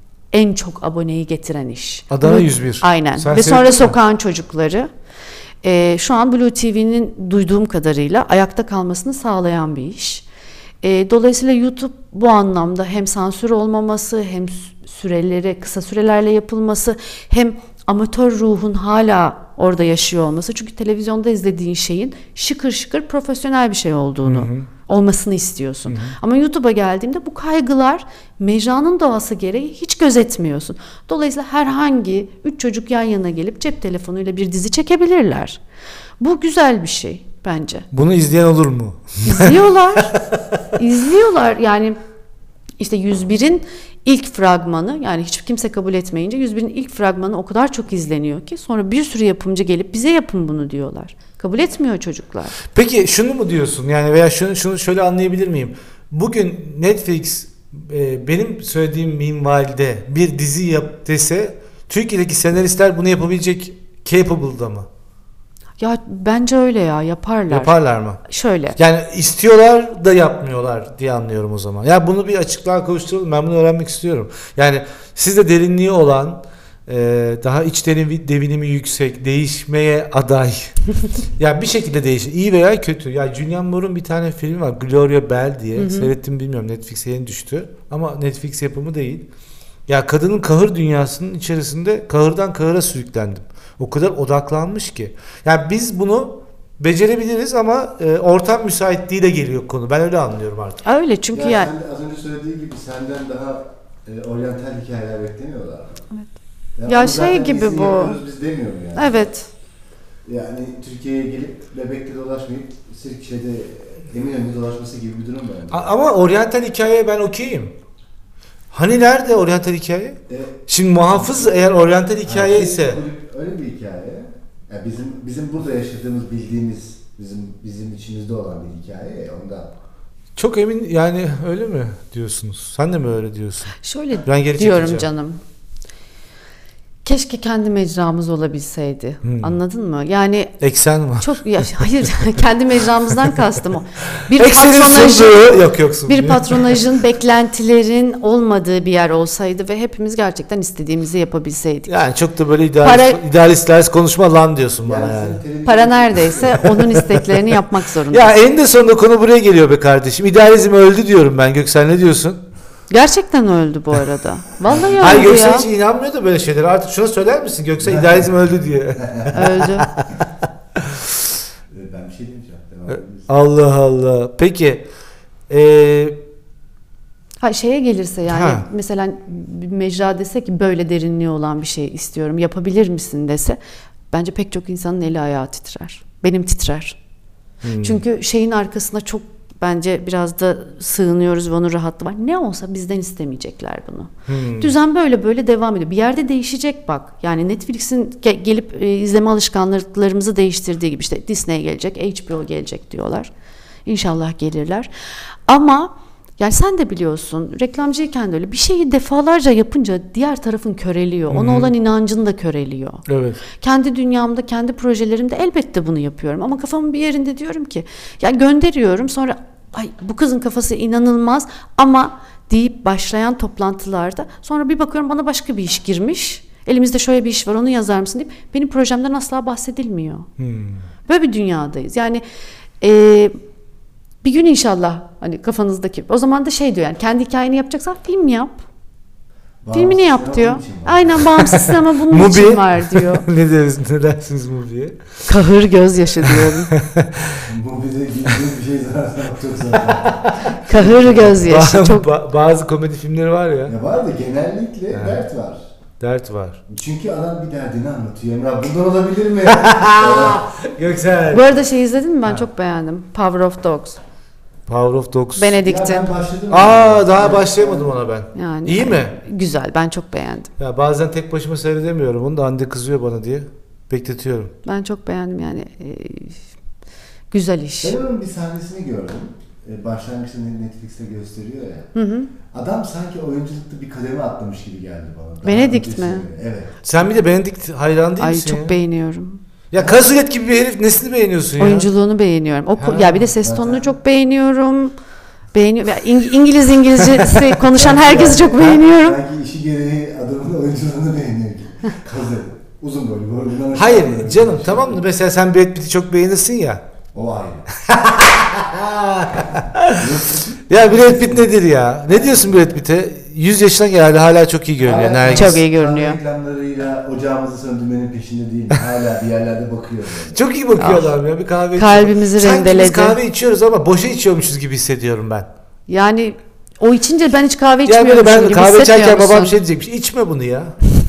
en çok aboneyi getiren iş. Adana Blue- yüz bir. Aynen. Sen Ve sonra seyrettin mi? Sokağın Çocukları. Ee, şu an Blue T V'nin duyduğum kadarıyla ayakta kalmasını sağlayan bir iş. Ee, dolayısıyla YouTube bu anlamda hem sansür olmaması hem sü- süreleri kısa sürelerle yapılması hem amatör ruhun hala orada yaşıyor olması. Çünkü televizyonda izlediğin şeyin şıkır şıkır profesyonel bir şey olduğunu Hı hı. olmasını istiyorsun. Hı hı. Ama YouTube'a geldiğimde bu kaygılar mecranın doğası gereği hiç gözetmiyorsun. Dolayısıyla herhangi üç çocuk yan yana gelip cep telefonuyla bir dizi çekebilirler. Bu güzel bir şey bence. Bunu izleyen olur mu? İzliyorlar. İzliyorlar. Yani işte yüz birin ilk fragmanı yani hiç kimse kabul etmeyince yüz birin ilk fragmanı o kadar çok izleniyor ki sonra bir sürü yapımcı gelip bize yapın bunu diyorlar. Kabul etmiyor çocuklar. Peki şunu mu diyorsun yani veya şunu, şunu şöyle anlayabilir miyim? Bugün Netflix e, benim söylediğim minvalde bir dizi yap dese Türkiye'deki senaristler bunu yapabilecek Capable'da mı? Ya bence öyle ya, yaparlar. Yaparlar mı? Şöyle. Yani istiyorlar da yapmıyorlar diye anlıyorum o zaman. Ya bunu bir açıklığa kavuşturalım. Ben bunu öğrenmek istiyorum. Yani sizde derinliği olan, e, daha iç derin, devinimi yüksek, değişmeye aday. Ya bir şekilde değişir. İyi veya kötü. Ya Julianne Moore'un bir tane filmi var. Gloria Bell diye. Hı hı. Seyrettim bilmiyorum. Netflix'e yeni düştü. Ama Netflix yapımı değil. Ya kadının kahır dünyasının içerisinde kahırdan kahıra sürüklendim. O kadar odaklanmış ki. Yani biz bunu becerebiliriz ama e, ortam müsaitliği de geliyor konu. Ben öyle anlıyorum artık. Öyle çünkü yani. yani. Sen de az önce söylediği gibi senden daha e, oryantal hikayeler bekleniyorlar. Evet. Yani ya şey gibi bu. Biz demiyorum yani. Evet. Yani Türkiye'ye gelip Bebek'te dolaşmayıp Sirkçe'de Eminönü'nde dolaşması gibi bir durum bence. Ama oryantal hikayeye ben okeyim. Hani nerede oryantal hikaye? E, Şimdi muhafız eğer oryantal hikaye ise öyle bir hikaye. Yani bizim bizim burada yaşadığımız, bildiğimiz, bizim bizim içimizde olan bir hikaye ondan. Çok emin yani öyle mi diyorsunuz? Sen de mi öyle diyorsun? Şöyle ben geri diyorum çekeceğim. canım. Keşke kendi mecramız olabilseydi. Hmm. Anladın mı? Yani eksen var. Çok ya, hayır kendi mecramızdan kastım o. Bir Eksenin patronajın yok yoksun. Bir patronajın, beklentilerin olmadığı bir yer olsaydı ve hepimiz gerçekten istediğimizi yapabilseydik. Yani çok da böyle idealist, Para, idealist konuşma lan diyorsun bana yani. yani. Para neredeyse onun isteklerini yapmak zorunda. Ya en de sonunda konu buraya geliyor be kardeşim. İdealizm öldü diyorum ben. Göksel ne diyorsun? Gerçekten öldü bu arada. Vallahi öldü. Hayır, Göksel ya. hiç inanmıyor da böyle şeylere. Artık şunu söyler misin? Göksel idealizm öldü diye. Öldü. Ben bir şey demeyeceğim. Allah Allah. Peki. Ee, ha şeye gelirse yani ha. mesela bir mecra dese ki böyle derinliği olan bir şey istiyorum. Yapabilir misin dese bence pek çok insanın eli ayağı titrer. Benim titrer. Hmm. Çünkü şeyin arkasında çok bence biraz da sığınıyoruz ve onun rahatlığı var. Ne olsa bizden istemeyecekler bunu. Hmm. Düzen böyle böyle devam ediyor. Bir yerde değişecek bak. Yani Netflix'in ge- gelip e, izleme alışkanlıklarımızı değiştirdiği gibi işte Disney gelecek, H B O gelecek diyorlar. İnşallah gelirler. Ama yani sen de biliyorsun reklamcıyken de öyle bir şeyi defalarca yapınca diğer tarafın köreliyor. Ona hmm. olan inancın da köreliyor. Evet. Kendi dünyamda, kendi projelerimde elbette bunu yapıyorum. Ama kafamın bir yerinde diyorum ki ya gönderiyorum sonra ay bu kızın kafası inanılmaz ama deyip başlayan toplantılarda sonra bir bakıyorum bana başka bir iş girmiş. Elimizde şöyle bir iş var onu yazar mısın deyip benim projemden asla bahsedilmiyor. Hmm. Böyle bir dünyadayız. Yani eee bir gün inşallah hani kafanızdaki o zaman da şey diyor yani kendi hikayeni yapacaksan film yap. Bağımsız filmini yap diyor. Aynen bağımsız sinema bunun için var diyor. ne deriz, ne dersiniz Mubi'ye? Kahır gözyaşı diyorum. Mubi'de gittiğim bir şey zaten çok zaten. Kahır gözyaşı. Ba- çok... ba- bazı komedi filmleri var ya. Ya var da genellikle yani. Dert var. Dert var. Çünkü adam bir derdini anlatıyor. Emrah bundan olabilir mi? Göksel. Bu arada şey izledin mi? Ben ha. çok beğendim. Power of Dogs. Power of Dogs. Benedict'in. Aa daha başlayamadım ona ben. Yani İyi mi? Güzel. Ben çok beğendim. Ya bazen tek başıma seyredemiyorum. Onu da anne kızıyor bana diye. Bekletiyorum. Ben çok beğendim yani. Ee, güzel iş. Ben onun bir sahnesini gördüm. Ee, başlangıçta Netflix'te gösteriyor ya. Hı hı. Adam sanki oyunculukta bir kademe atlamış gibi geldi bana. Benedict mi? Evet. Sen bir de Benedict hayran değil Ay, misin çok ya? beğeniyorum. Ya Kazulet gibi bir herif nesini beğeniyorsun ya? Oyunculuğunu beğeniyorum. O ha, ya bir de ses tonunu çok beğeniyorum. Beğeniyorum. Ya İng- İngiliz İngilizcesi konuşan herkesi çok beğeniyorum. Sanki işi gereği adamın oyunculuğunu beğeniyor. Kazulet. Uzun boylu. Hayır canım tamam mı? Mesela sen Brad Pitt'i çok beğenirsin ya. O ayrı. Ya Brad Pitt nedir ya? Ne diyorsun Brad Pitt'e? yüz yaşına geldi hala çok iyi görünüyor. Evet, çok iyi görünüyor. Reklamlarıyla ocağımızı söndürmenin peşinde değil. Hala bir yerlerde bakıyor. Yani. Çok iyi bakıyor adam ya bir kahve Kalbimizi içiyor. rendeledi. Sanki biz kahve içiyoruz ama boşa içiyormuşuz gibi hissediyorum ben. Yani o içince ben hiç kahve içmiyorum. Ya böyle ben gibi kahve içerken babam şey diyecekmiş. İçme bunu ya.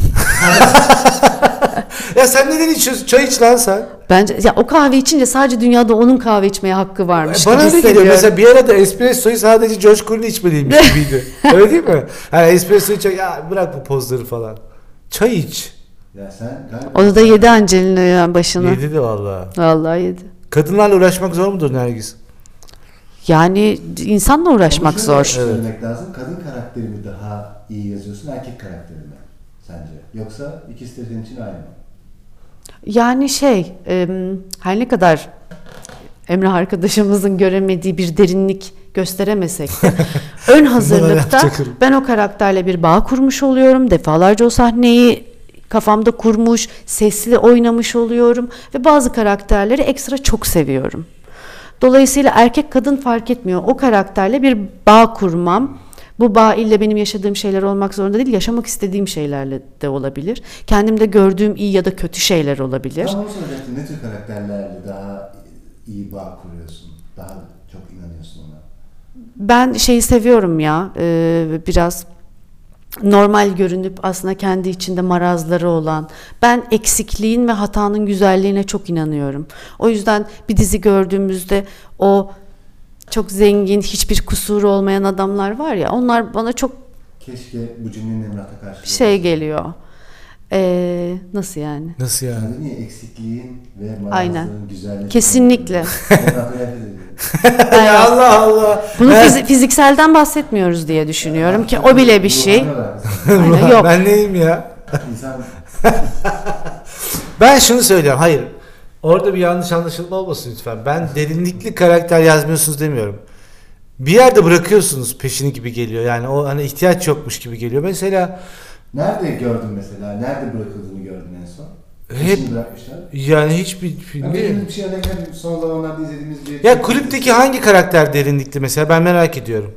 Ya sen neden içiyorsun? Çay iç lan sen. Bence ya o kahve içince sadece dünyada onun kahve içmeye hakkı varmış. Bana öyle geliyor. Mesela bir arada espressoyu sadece George Clooney içmeliymiş gibiydi. Öyle değil mi? Yani espresso içecek ya bırak bu pozları falan. Çay iç. Ya sen onu da yedi Angelina başına. Yedi de vallahi. Vallahi yedi. Kadınlarla uğraşmak zor mudur Nergis? Yani insanla uğraşmak zor. Söylemek evet. lazım. Kadın karakteri mi daha iyi yazıyorsun, erkek karakteri mi sence? Yoksa ikisi de senin için aynı mı? Yani şey, e, her ne kadar Emrah arkadaşımızın göremediği bir derinlik gösteremesek de ön hazırlıkta ben o karakterle bir bağ kurmuş oluyorum. Defalarca o sahneyi kafamda kurmuş, sesli oynamış oluyorum ve bazı karakterleri ekstra çok seviyorum. Dolayısıyla erkek kadın fark etmiyor. O karakterle bir bağ kurmam. Bu bağ ille benim yaşadığım şeyler olmak zorunda değil, yaşamak istediğim şeylerle de olabilir. Kendimde gördüğüm iyi ya da kötü şeyler olabilir. Ama onu soracaktım. Ne tür karakterlerle daha iyi bağ kuruyorsun? Daha çok inanıyorsun ona? Ben şeyi seviyorum ya, e, biraz normal görünüp aslında kendi içinde marazları olan. Ben eksikliğin ve hatanın güzelliğine çok inanıyorum. O yüzden bir dizi gördüğümüzde o çok zengin, hiçbir kusuru olmayan adamlar var ya, onlar bana çok Keşke bu cümlenin Emrah'ta karşılığı şey geliyor. Ee, nasıl yani? Nasıl yani? Yani niye eksikliğin ve Aynen. marazlığın güzelliği. Kesinlikle. Emrah'ta nefret ediyor. Ya Allah Allah. Bunu Ben- fizi- fizikselden bahsetmiyoruz diye düşünüyorum ki o bile bir şey. Ruhani olarak Aynen, yok. Ben neyim ya? İnsan Ben şunu söylüyorum. Hayır. Orada bir yanlış anlaşılma olmasın lütfen. Ben derinlikli karakter yazmıyorsunuz demiyorum. Bir yerde bırakıyorsunuz peşini gibi geliyor. Yani o hani ihtiyaç yokmuş gibi geliyor. Mesela nerede gördün mesela? Nerede bırakıldığını gördün en son? hep Şimdi bırakmışlar. yani hiçbir Ya filmde. bildiğimiz bir şey örnek verelim. Son zamanlarda izlediğimiz bir... Ya kulüpteki hangi karakter derinlikli mesela, ben merak ediyorum.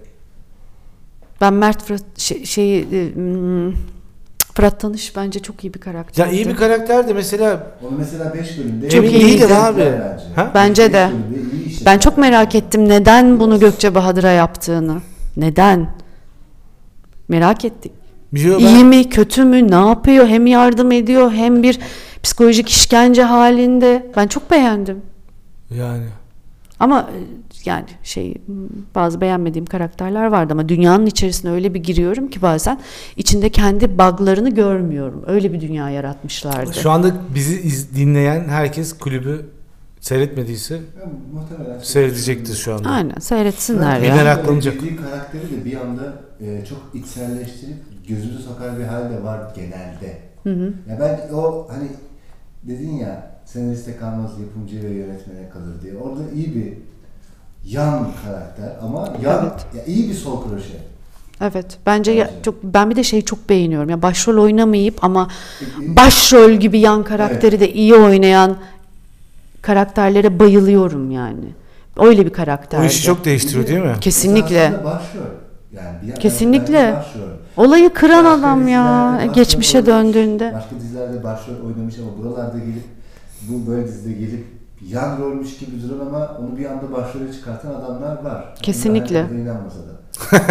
Ben Mert Fırat şey, şeyi e, hmm, Fırat Tanış bence çok iyi bir karakter. Ya iyi bir karakter de mesela Onu mesela beş bölümde... Çok iyi iyiydi işlediler abi. bence. Ha? Bence Beş de. bölümde iyi işlediler. Ben çok merak ettim neden bunu Gökçe Bahadır'a yaptığını. Neden? Merak ettik. biliyor İyi mi, kötü mü, ne yapıyor? Hem yardım ediyor hem bir psikolojik işkence halinde. Ben çok beğendim. yani Ama e, yani şey bazı beğenmediğim karakterler vardı ama dünyanın içerisine öyle bir giriyorum ki bazen içinde kendi bug'larını görmüyorum. Öyle bir dünya yaratmışlardı. şu anda bizi iz- dinleyen herkes kulübü seyretmediyse Ya, muhtemelen seyredecektir şu anda. Aynen seyretsinler Bir ya. meraklanacak. Bildiği karakteri de bir anda e, çok içselleştirip gözümüze sokar bir hal de var genelde. Hı hı. Ya ben o hani dedin ya senariste kalmaz yapımcı ve yönetmene kalır diye. Orada iyi bir yan karakter ama yan, Evet. ya iyi bir sol kroşe. Evet. Bence ya, Bence. çok ben bir de şeyi çok beğeniyorum. Ya başrol oynamayıp ama E, başrol gibi yan karakteri de iyi oynayan karakterlere bayılıyorum yani. Öyle bir karakter. O işi çok değiştiriyor değil mi? Kesinlikle. Aslında başrol. Yani bir Kesinlikle. bence başrol. Olayı kıran Başka adam ya dizilerde geçmişe başrol oynamış, döndüğünde. Başka dizilerde başrol oynamış ama buralarda gelip bu böyle dizide gelip yan rolmüş gibi duran ama onu bir anda başrole çıkartan adamlar var. Kesinlikle. Bunlar inanmasa da.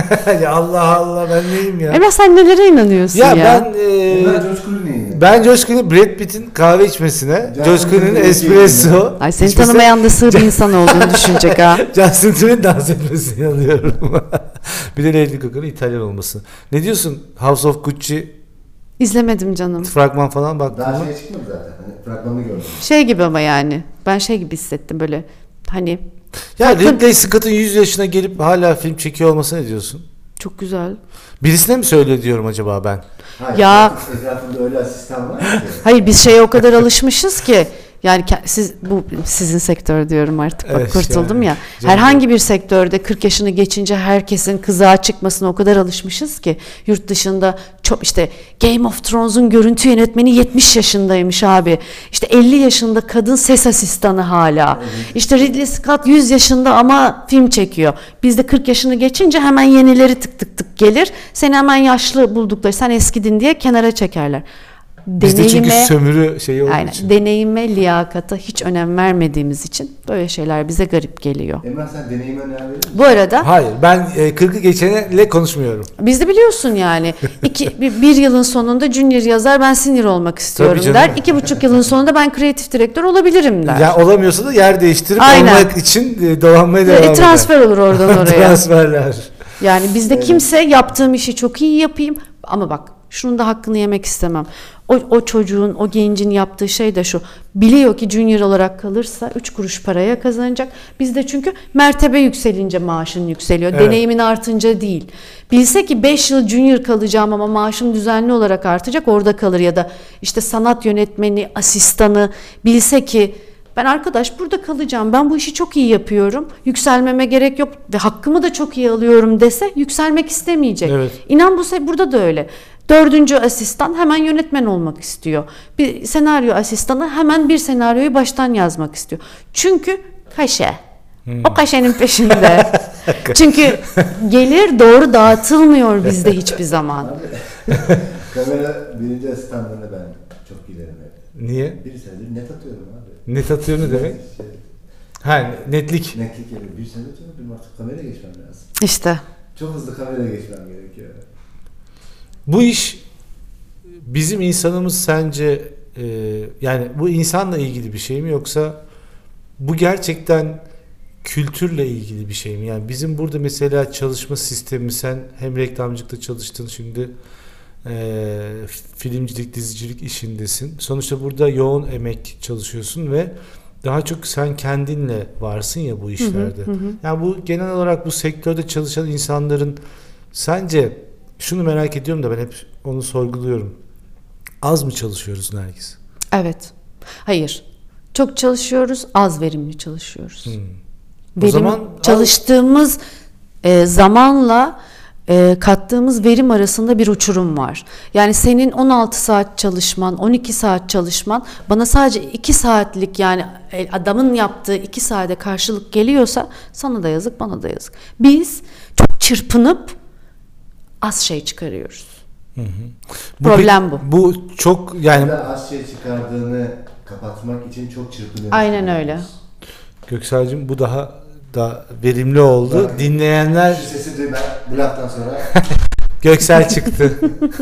Ya Allah Allah, ben neyim ya? Emrah sen nelere inanıyorsun ya? Ya ben e, Bunlar George Clooney'i. ben George Clooney Brad Pitt'in kahve içmesine, Justin George Clooney'nin Timberlake'i espresso, Ay seni içmesine, tanımayan da sığ bir insan olduğunu düşünecek ha. Justin Timberlake'in dans etmesine inanıyorum. Bir de Lady Gaga'nın İtalyan olması. Ne diyorsun? House of Gucci İzlemedim canım. fragman falan baktın Daha mı? şey çıkmadı zaten. Hani fragmanını gördüm. Şey gibi ama yani. Ben şey gibi hissettim böyle. Hani Ya Farklı- Ridley Scott'ın yüz yaşına gelip hala film çekiyor olması ne diyorsun? çok güzel. Birisine mi söyle diyorum acaba ben? Hayır, Ya- etrafında öyle asistan var ki. Hayır biz şeye o kadar alışmışız ki yani ke- siz bu sizin sektör diyorum artık bak Evet, kurtuldum yani. ya. Canım Herhangi bir sektörde kırk yaşını geçince herkesin kızığa çıkmasına o kadar alışmışız ki yurt dışında çok işte Game of Thrones'un görüntü yönetmeni yetmiş yaşındaymış abi. İşte elli yaşında kadın ses asistanı hala. İşte Ridley Scott yüz yaşında ama film çekiyor. Bizde kırk yaşını geçince hemen yenileri tık tık tık gelir. Seni hemen yaşlı buldukları sen eskidin diye kenara çekerler. Bizde çünkü Deneyime- sömürü şeyi olduğu Aynen. için. Deneyime, liyakata hiç önem vermediğimiz için böyle şeyler bize garip geliyor. Emrah sen deneyime önem verir misin? Bu arada Hayır, ben e, kırkı geçenle konuşmuyorum. biz de biliyorsun yani iki, bir, bir yılın sonunda junior yazar ben senior olmak istiyorum canım. der. İki buçuk yılın sonunda ben kreatif direktör olabilirim der. Ya olamıyorsa da yer değiştirip Aynen. olmak için e, dolanmaya devam E, eder. transfer olur oradan oraya. Transferler. Yani bizde kimse yaptığım işi çok iyi yapayım ama bak şunun da hakkını yemek istemem. O, o çocuğun, o gencin yaptığı şey de şu. Biliyor ki junior olarak kalırsa üç kuruş paraya kazanacak. Bizde çünkü mertebe yükselince maaşın yükseliyor. Evet. Deneyimin artınca değil. Bilse ki beş yıl junior kalacağım ama maaşım düzenli olarak artacak, orada kalır. Ya da işte sanat yönetmeni, asistanı bilse ki ben arkadaş burada kalacağım, ben bu işi çok iyi yapıyorum, yükselmeme gerek yok ve hakkımı da çok iyi alıyorum dese yükselmek istemeyecek. Evet. İnan bu se- burada da öyle. Dördüncü asistan hemen yönetmen olmak istiyor. Bir senaryo asistanı hemen bir senaryoyu baştan yazmak istiyor. Çünkü kaşe. Hmm. O kaşenin peşinde. Çünkü gelir doğru dağıtılmıyor bizde hiçbir zaman. Abi, kamera birinci asistanlarına ben çok gülerim hep. Niye? Bir senedir net atıyorum abi. Net atıyor ne demek? Şey, Ha, netlik. netlik yapıyorum. Bir senedir atıyorum. Benim artık kameraya geçmem lazım. İşte. Çok hızlı kameraya geçmem gerekiyor. Bu iş bizim insanımız sence e, yani bu insanla ilgili bir şey mi, yoksa bu gerçekten kültürle ilgili bir şey mi? Yani bizim burada mesela çalışma sistemi, sen hem reklamcılıkta çalıştın, şimdi e, filmcilik, dizicilik işindesin. Sonuçta burada yoğun emek çalışıyorsun ve daha çok sen kendinle varsın ya bu işlerde. Hı hı hı. Yani bu genel olarak bu sektörde çalışan insanların sence, şunu merak ediyorum da ben hep onu sorguluyorum. Az mı çalışıyoruz Nergis? Evet. Hayır. Çok çalışıyoruz, az verimli çalışıyoruz. Hmm. O Verim, zaman çalıştığımız e, zamanla e, kattığımız verim arasında bir uçurum var. Yani senin on altı saat çalışman, on iki saat çalışman bana sadece iki saatlik, yani adamın yaptığı iki saate karşılık geliyorsa sana da yazık, bana da yazık. Biz çok çırpınıp az şey çıkarıyoruz. Hı hı. Bu Problem pek- bu. Bu çok yani Yani az şey çıkardığını kapatmak için çok çırpınıyoruz. Aynen öyle. Göksel'cim bu daha da verimli oldu. Bak, Dinleyenler Şu sesi duyma bu laftan sonra. Göksel çıktı.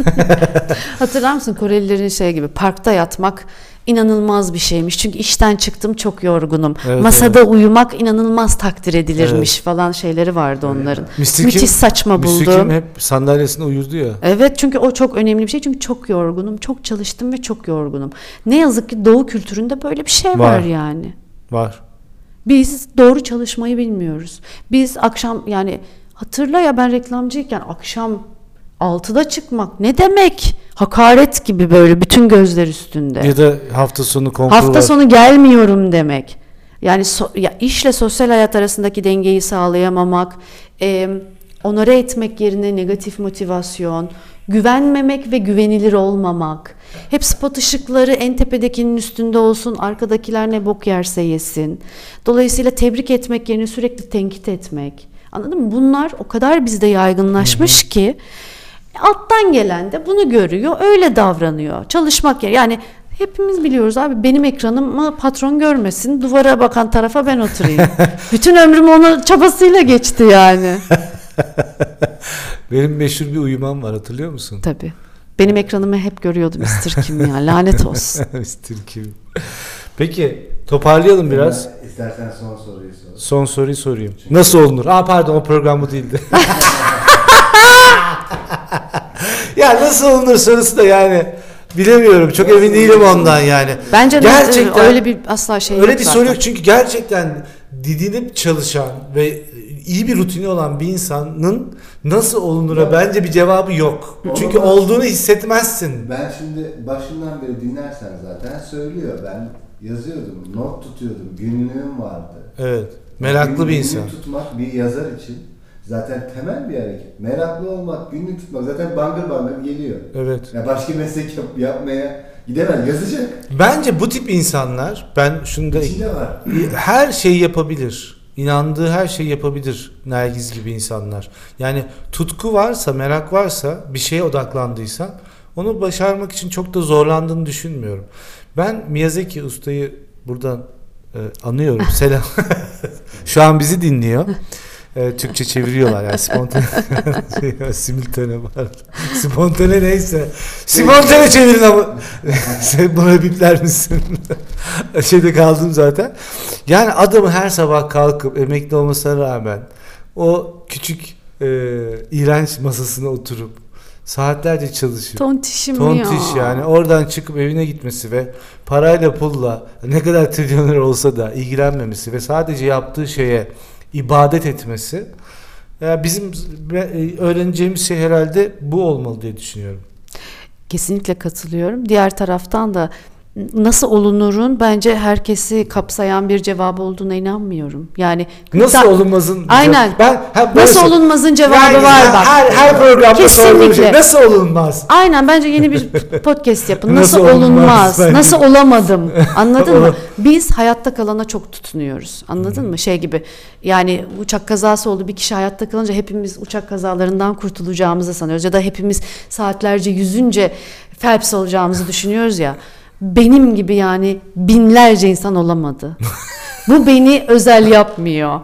Hatırlar mısın Korelilerin şey gibi, parkta yatmak inanılmaz bir şeymiş. Çünkü işten çıktım çok yorgunum. Evet, Masada uyumak inanılmaz takdir edilirmiş falan şeyleri vardı onların. Mister Müthiş Kim- saçma Mister buldum. Kim hep sandalyesinde uyurdu ya. Evet, çünkü o çok önemli bir şey. Çünkü çok yorgunum, çok çalıştım ve çok yorgunum. Ne yazık ki Doğu kültüründe böyle bir şey var, Var. yani. Var. Biz doğru çalışmayı bilmiyoruz. Biz akşam, yani hatırla ya, ben reklamcıyken akşam altıda çıkmak ne demek? Hakaret gibi, böyle bütün gözler üstünde. Ya da hafta sonu konkur Hafta var. sonu gelmiyorum demek. Yani so- ya işle sosyal hayat arasındaki dengeyi sağlayamamak, e, onore etmek yerine negatif motivasyon, güvenmemek ve güvenilir olmamak. Hep spot ışıkları en tepedekinin üstünde olsun, arkadakiler ne bok yerse yesin. Dolayısıyla tebrik etmek yerine sürekli tenkit etmek. Anladın mı? Bunlar o kadar bizde yaygınlaşmış Hı-hı. ki alttan gelen de bunu görüyor, öyle davranıyor. Çalışmak yer. Yani hepimiz biliyoruz abi, benim ekranımı patron görmesin, duvara bakan tarafa ben oturayım. Bütün ömrüm onun çabasıyla geçti yani. Benim meşhur bir uyumam var, hatırlıyor musun? Tabii. Benim ekranımı hep görüyordu mister Kim ya, lanet olsun. mister Kim. Peki toparlayalım biraz. Ama İstersen son soruyu sor. Son soruyu sorayım. Nasıl olunur? Aa pardon, o program bu değildi. Ya nasıl olunur sorusu da yani bilemiyorum. Çok emin değilim ondan yani. Bence gerçekten öyle bir asla şey öyle yok bir zaten. soru yok, çünkü gerçekten didinip çalışan ve iyi bir rutini olan bir insanın nasıl olunura bence bir cevabı yok. Çünkü olduğunu hissetmezsin. Ben şimdi başından beri dinlersen zaten söylüyor. Ben yazıyordum, not tutuyordum, günlüğüm vardı. Evet. Meraklı bir Günlüğü insan. tutmak bir yazar için zaten temel bir hareket. Meraklı olmak, günlük tutmak zaten bangır bangır geliyor. Evet. Ya başka meslek yap, yapmaya gidemez, yazacak. Bence bu tip insanlar, ben şunu da İçinde var. her şeyi yapabilir. İnandığı her şeyi yapabilir Nergiz gibi insanlar. Yani tutku varsa, merak varsa, bir şeye odaklandıysan onu başarmak için çok da zorlandığını düşünmüyorum. Ben Miyazaki Usta'yı buradan e, anıyorum. Selam. Şu an bizi dinliyor. E, Türkçe çeviriyorlar yani spontane şey, simultane var. Spontane neyse. Spontane çevirin ama. Sen buna bipler misin? Şeyde kaldım zaten. Yani adamı her sabah kalkıp emekli olmasına rağmen o küçük e, iğrenç masasına oturup saatlerce çalışıyor. Tontişim Tontiş ya. yani oradan çıkıp evine gitmesi ve parayla pulla ne kadar trilyoner olsa da ilgilenmemesi ve sadece yaptığı şeye ibadet etmesi. Yani bizim öğreneceğimiz şey herhalde bu olmalı diye düşünüyorum. Kesinlikle katılıyorum. Diğer taraftan da nasıl olunurun bence herkesi kapsayan bir cevabı olduğuna inanmıyorum. Yani nasıl da, olunmazın aynen. Ben nasıl olunmaz cevabı yani var bak. Her her programda sorduğum şey nasıl olunmaz? Aynen bence yeni bir podcast yapın. Nasıl, Nasıl olunmaz? olmaz Nasıl olamadım? Anladın mı? Biz hayatta kalana çok tutunuyoruz. Anladın hmm. mı? Şey gibi. Yani uçak kazası oldu. Bir kişi hayatta kalınca hepimiz uçak kazalarından kurtulacağımızı sanıyoruz ya da hepimiz saatlerce yüzünce Phelps olacağımızı düşünüyoruz ya. Benim gibi yani binlerce insan olamadı. Bu beni özel yapmıyor.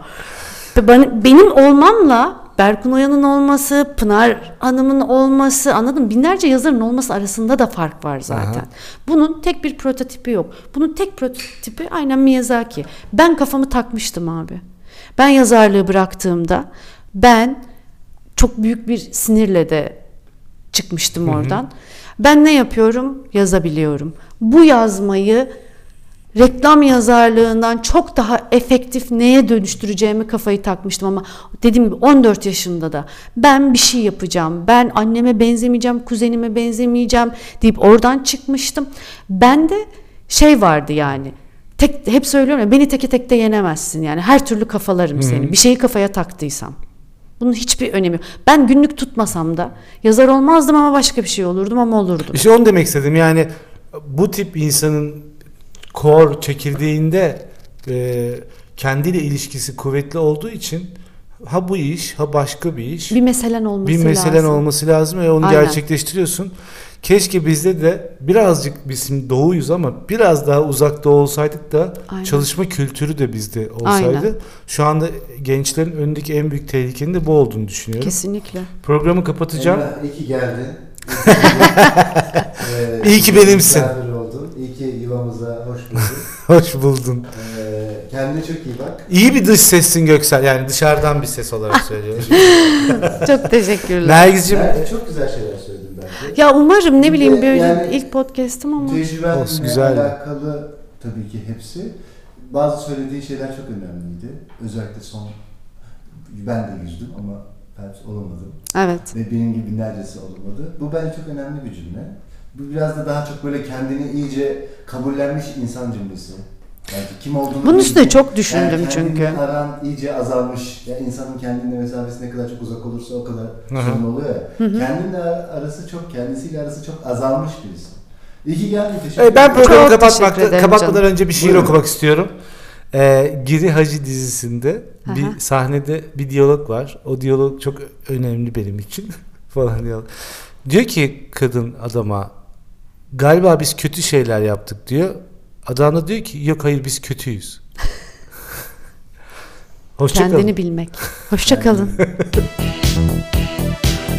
Benim olmamla Berkun Oya'nın olması, Pınar Hanım'ın olması, anladın mı? Binlerce yazarın olması arasında da fark var zaten. Aha. Bunun tek bir prototipi yok. Bunun tek prototipi aynen Miyazaki. Ben kafamı takmıştım abi. Ben yazarlığı bıraktığımda ben çok büyük bir sinirle de çıkmıştım oradan. Hı hı. Ben ne yapıyorum? Yazabiliyorum. Bu yazmayı reklam yazarlığından çok daha efektif neye dönüştüreceğimi kafayı takmıştım ama dediğim gibi on dört yaşında da ben bir şey yapacağım. Ben anneme benzemeyeceğim, kuzenime benzemeyeceğim deyip oradan çıkmıştım. Bende şey vardı yani. Tek, hep söylüyorum ya, beni teke tekte yenemezsin yani. Her türlü kafalarım seni. Bir şeyi kafaya taktıysam. Bunun hiçbir önemi yok. Ben günlük tutmasam da yazar olmazdım ama başka bir şey olurdum ama olurdum. İşte onu demek istedim. Yani bu tip insanın core çekirdeğinde e, kendiyle ilişkisi kuvvetli olduğu için ha bu iş ha başka bir iş. Bir meselen olması bir lazım. Bir meselen olması lazım ve onu Aynen. gerçekleştiriyorsun. Keşke bizde de birazcık bizim doğuyuz ama biraz daha uzakta olsaydık da Aynen. çalışma kültürü de bizde olsaydı. Aynen. Şu anda gençlerin önündeki en büyük tehlikenin de bu olduğunu düşünüyorum. Kesinlikle. Programı kapatacağım. Emrah, iyi ki geldin. ee, iyi ki benimsin. İyi ki yuvamıza hoş buldun. Hoş buldun. Ee, kendine çok iyi bak. İyi bir dış sessin Göksel. Yani dışarıdan bir ses olarak söylüyorum. Çok teşekkürler. Nergis'ciğim. Belki çok güzel şeyler söyledim bence. Ya umarım, ne bileyim, böyle yani, ilk podcast'ım ama. Tecrübenle alakalı tabii ki hepsi. Bazı söylediği şeyler çok önemliydi. Özellikle son, ben de yüzdüm ama Phelps olamadım. Evet. Ve benim gibi binlercesi olamadı. Bu bence çok önemli bir cümle. Bu biraz da daha çok böyle kendini iyice kabullenmiş insan cümlesi. Yani kim olduğunu bunun üstüne çok düşündüm yani çünkü. Aran iyice azalmış. Yani insanın kendine mesafesi ne kadar çok uzak olursa o kadar sorun oluyor ya. Hı hı. Kendinle arası çok, kendisiyle arası çok azalmış birisi. İyi ki geldin. Teşekkür ederim. Ben programı kapatmakta, kapatmadan canım. önce bir şiir Buyurun. okumak istiyorum. Ee, Giri Hacı dizisinde Aha. bir sahnede bir diyalog var. O diyalog çok önemli benim için falan diyor. Diyor ki kadın adama, galiba biz kötü şeyler yaptık diyor. Adam da diyor ki yok hayır biz kötüyüz. Hoşça Kendini kalın. bilmek. Hoşça kalın.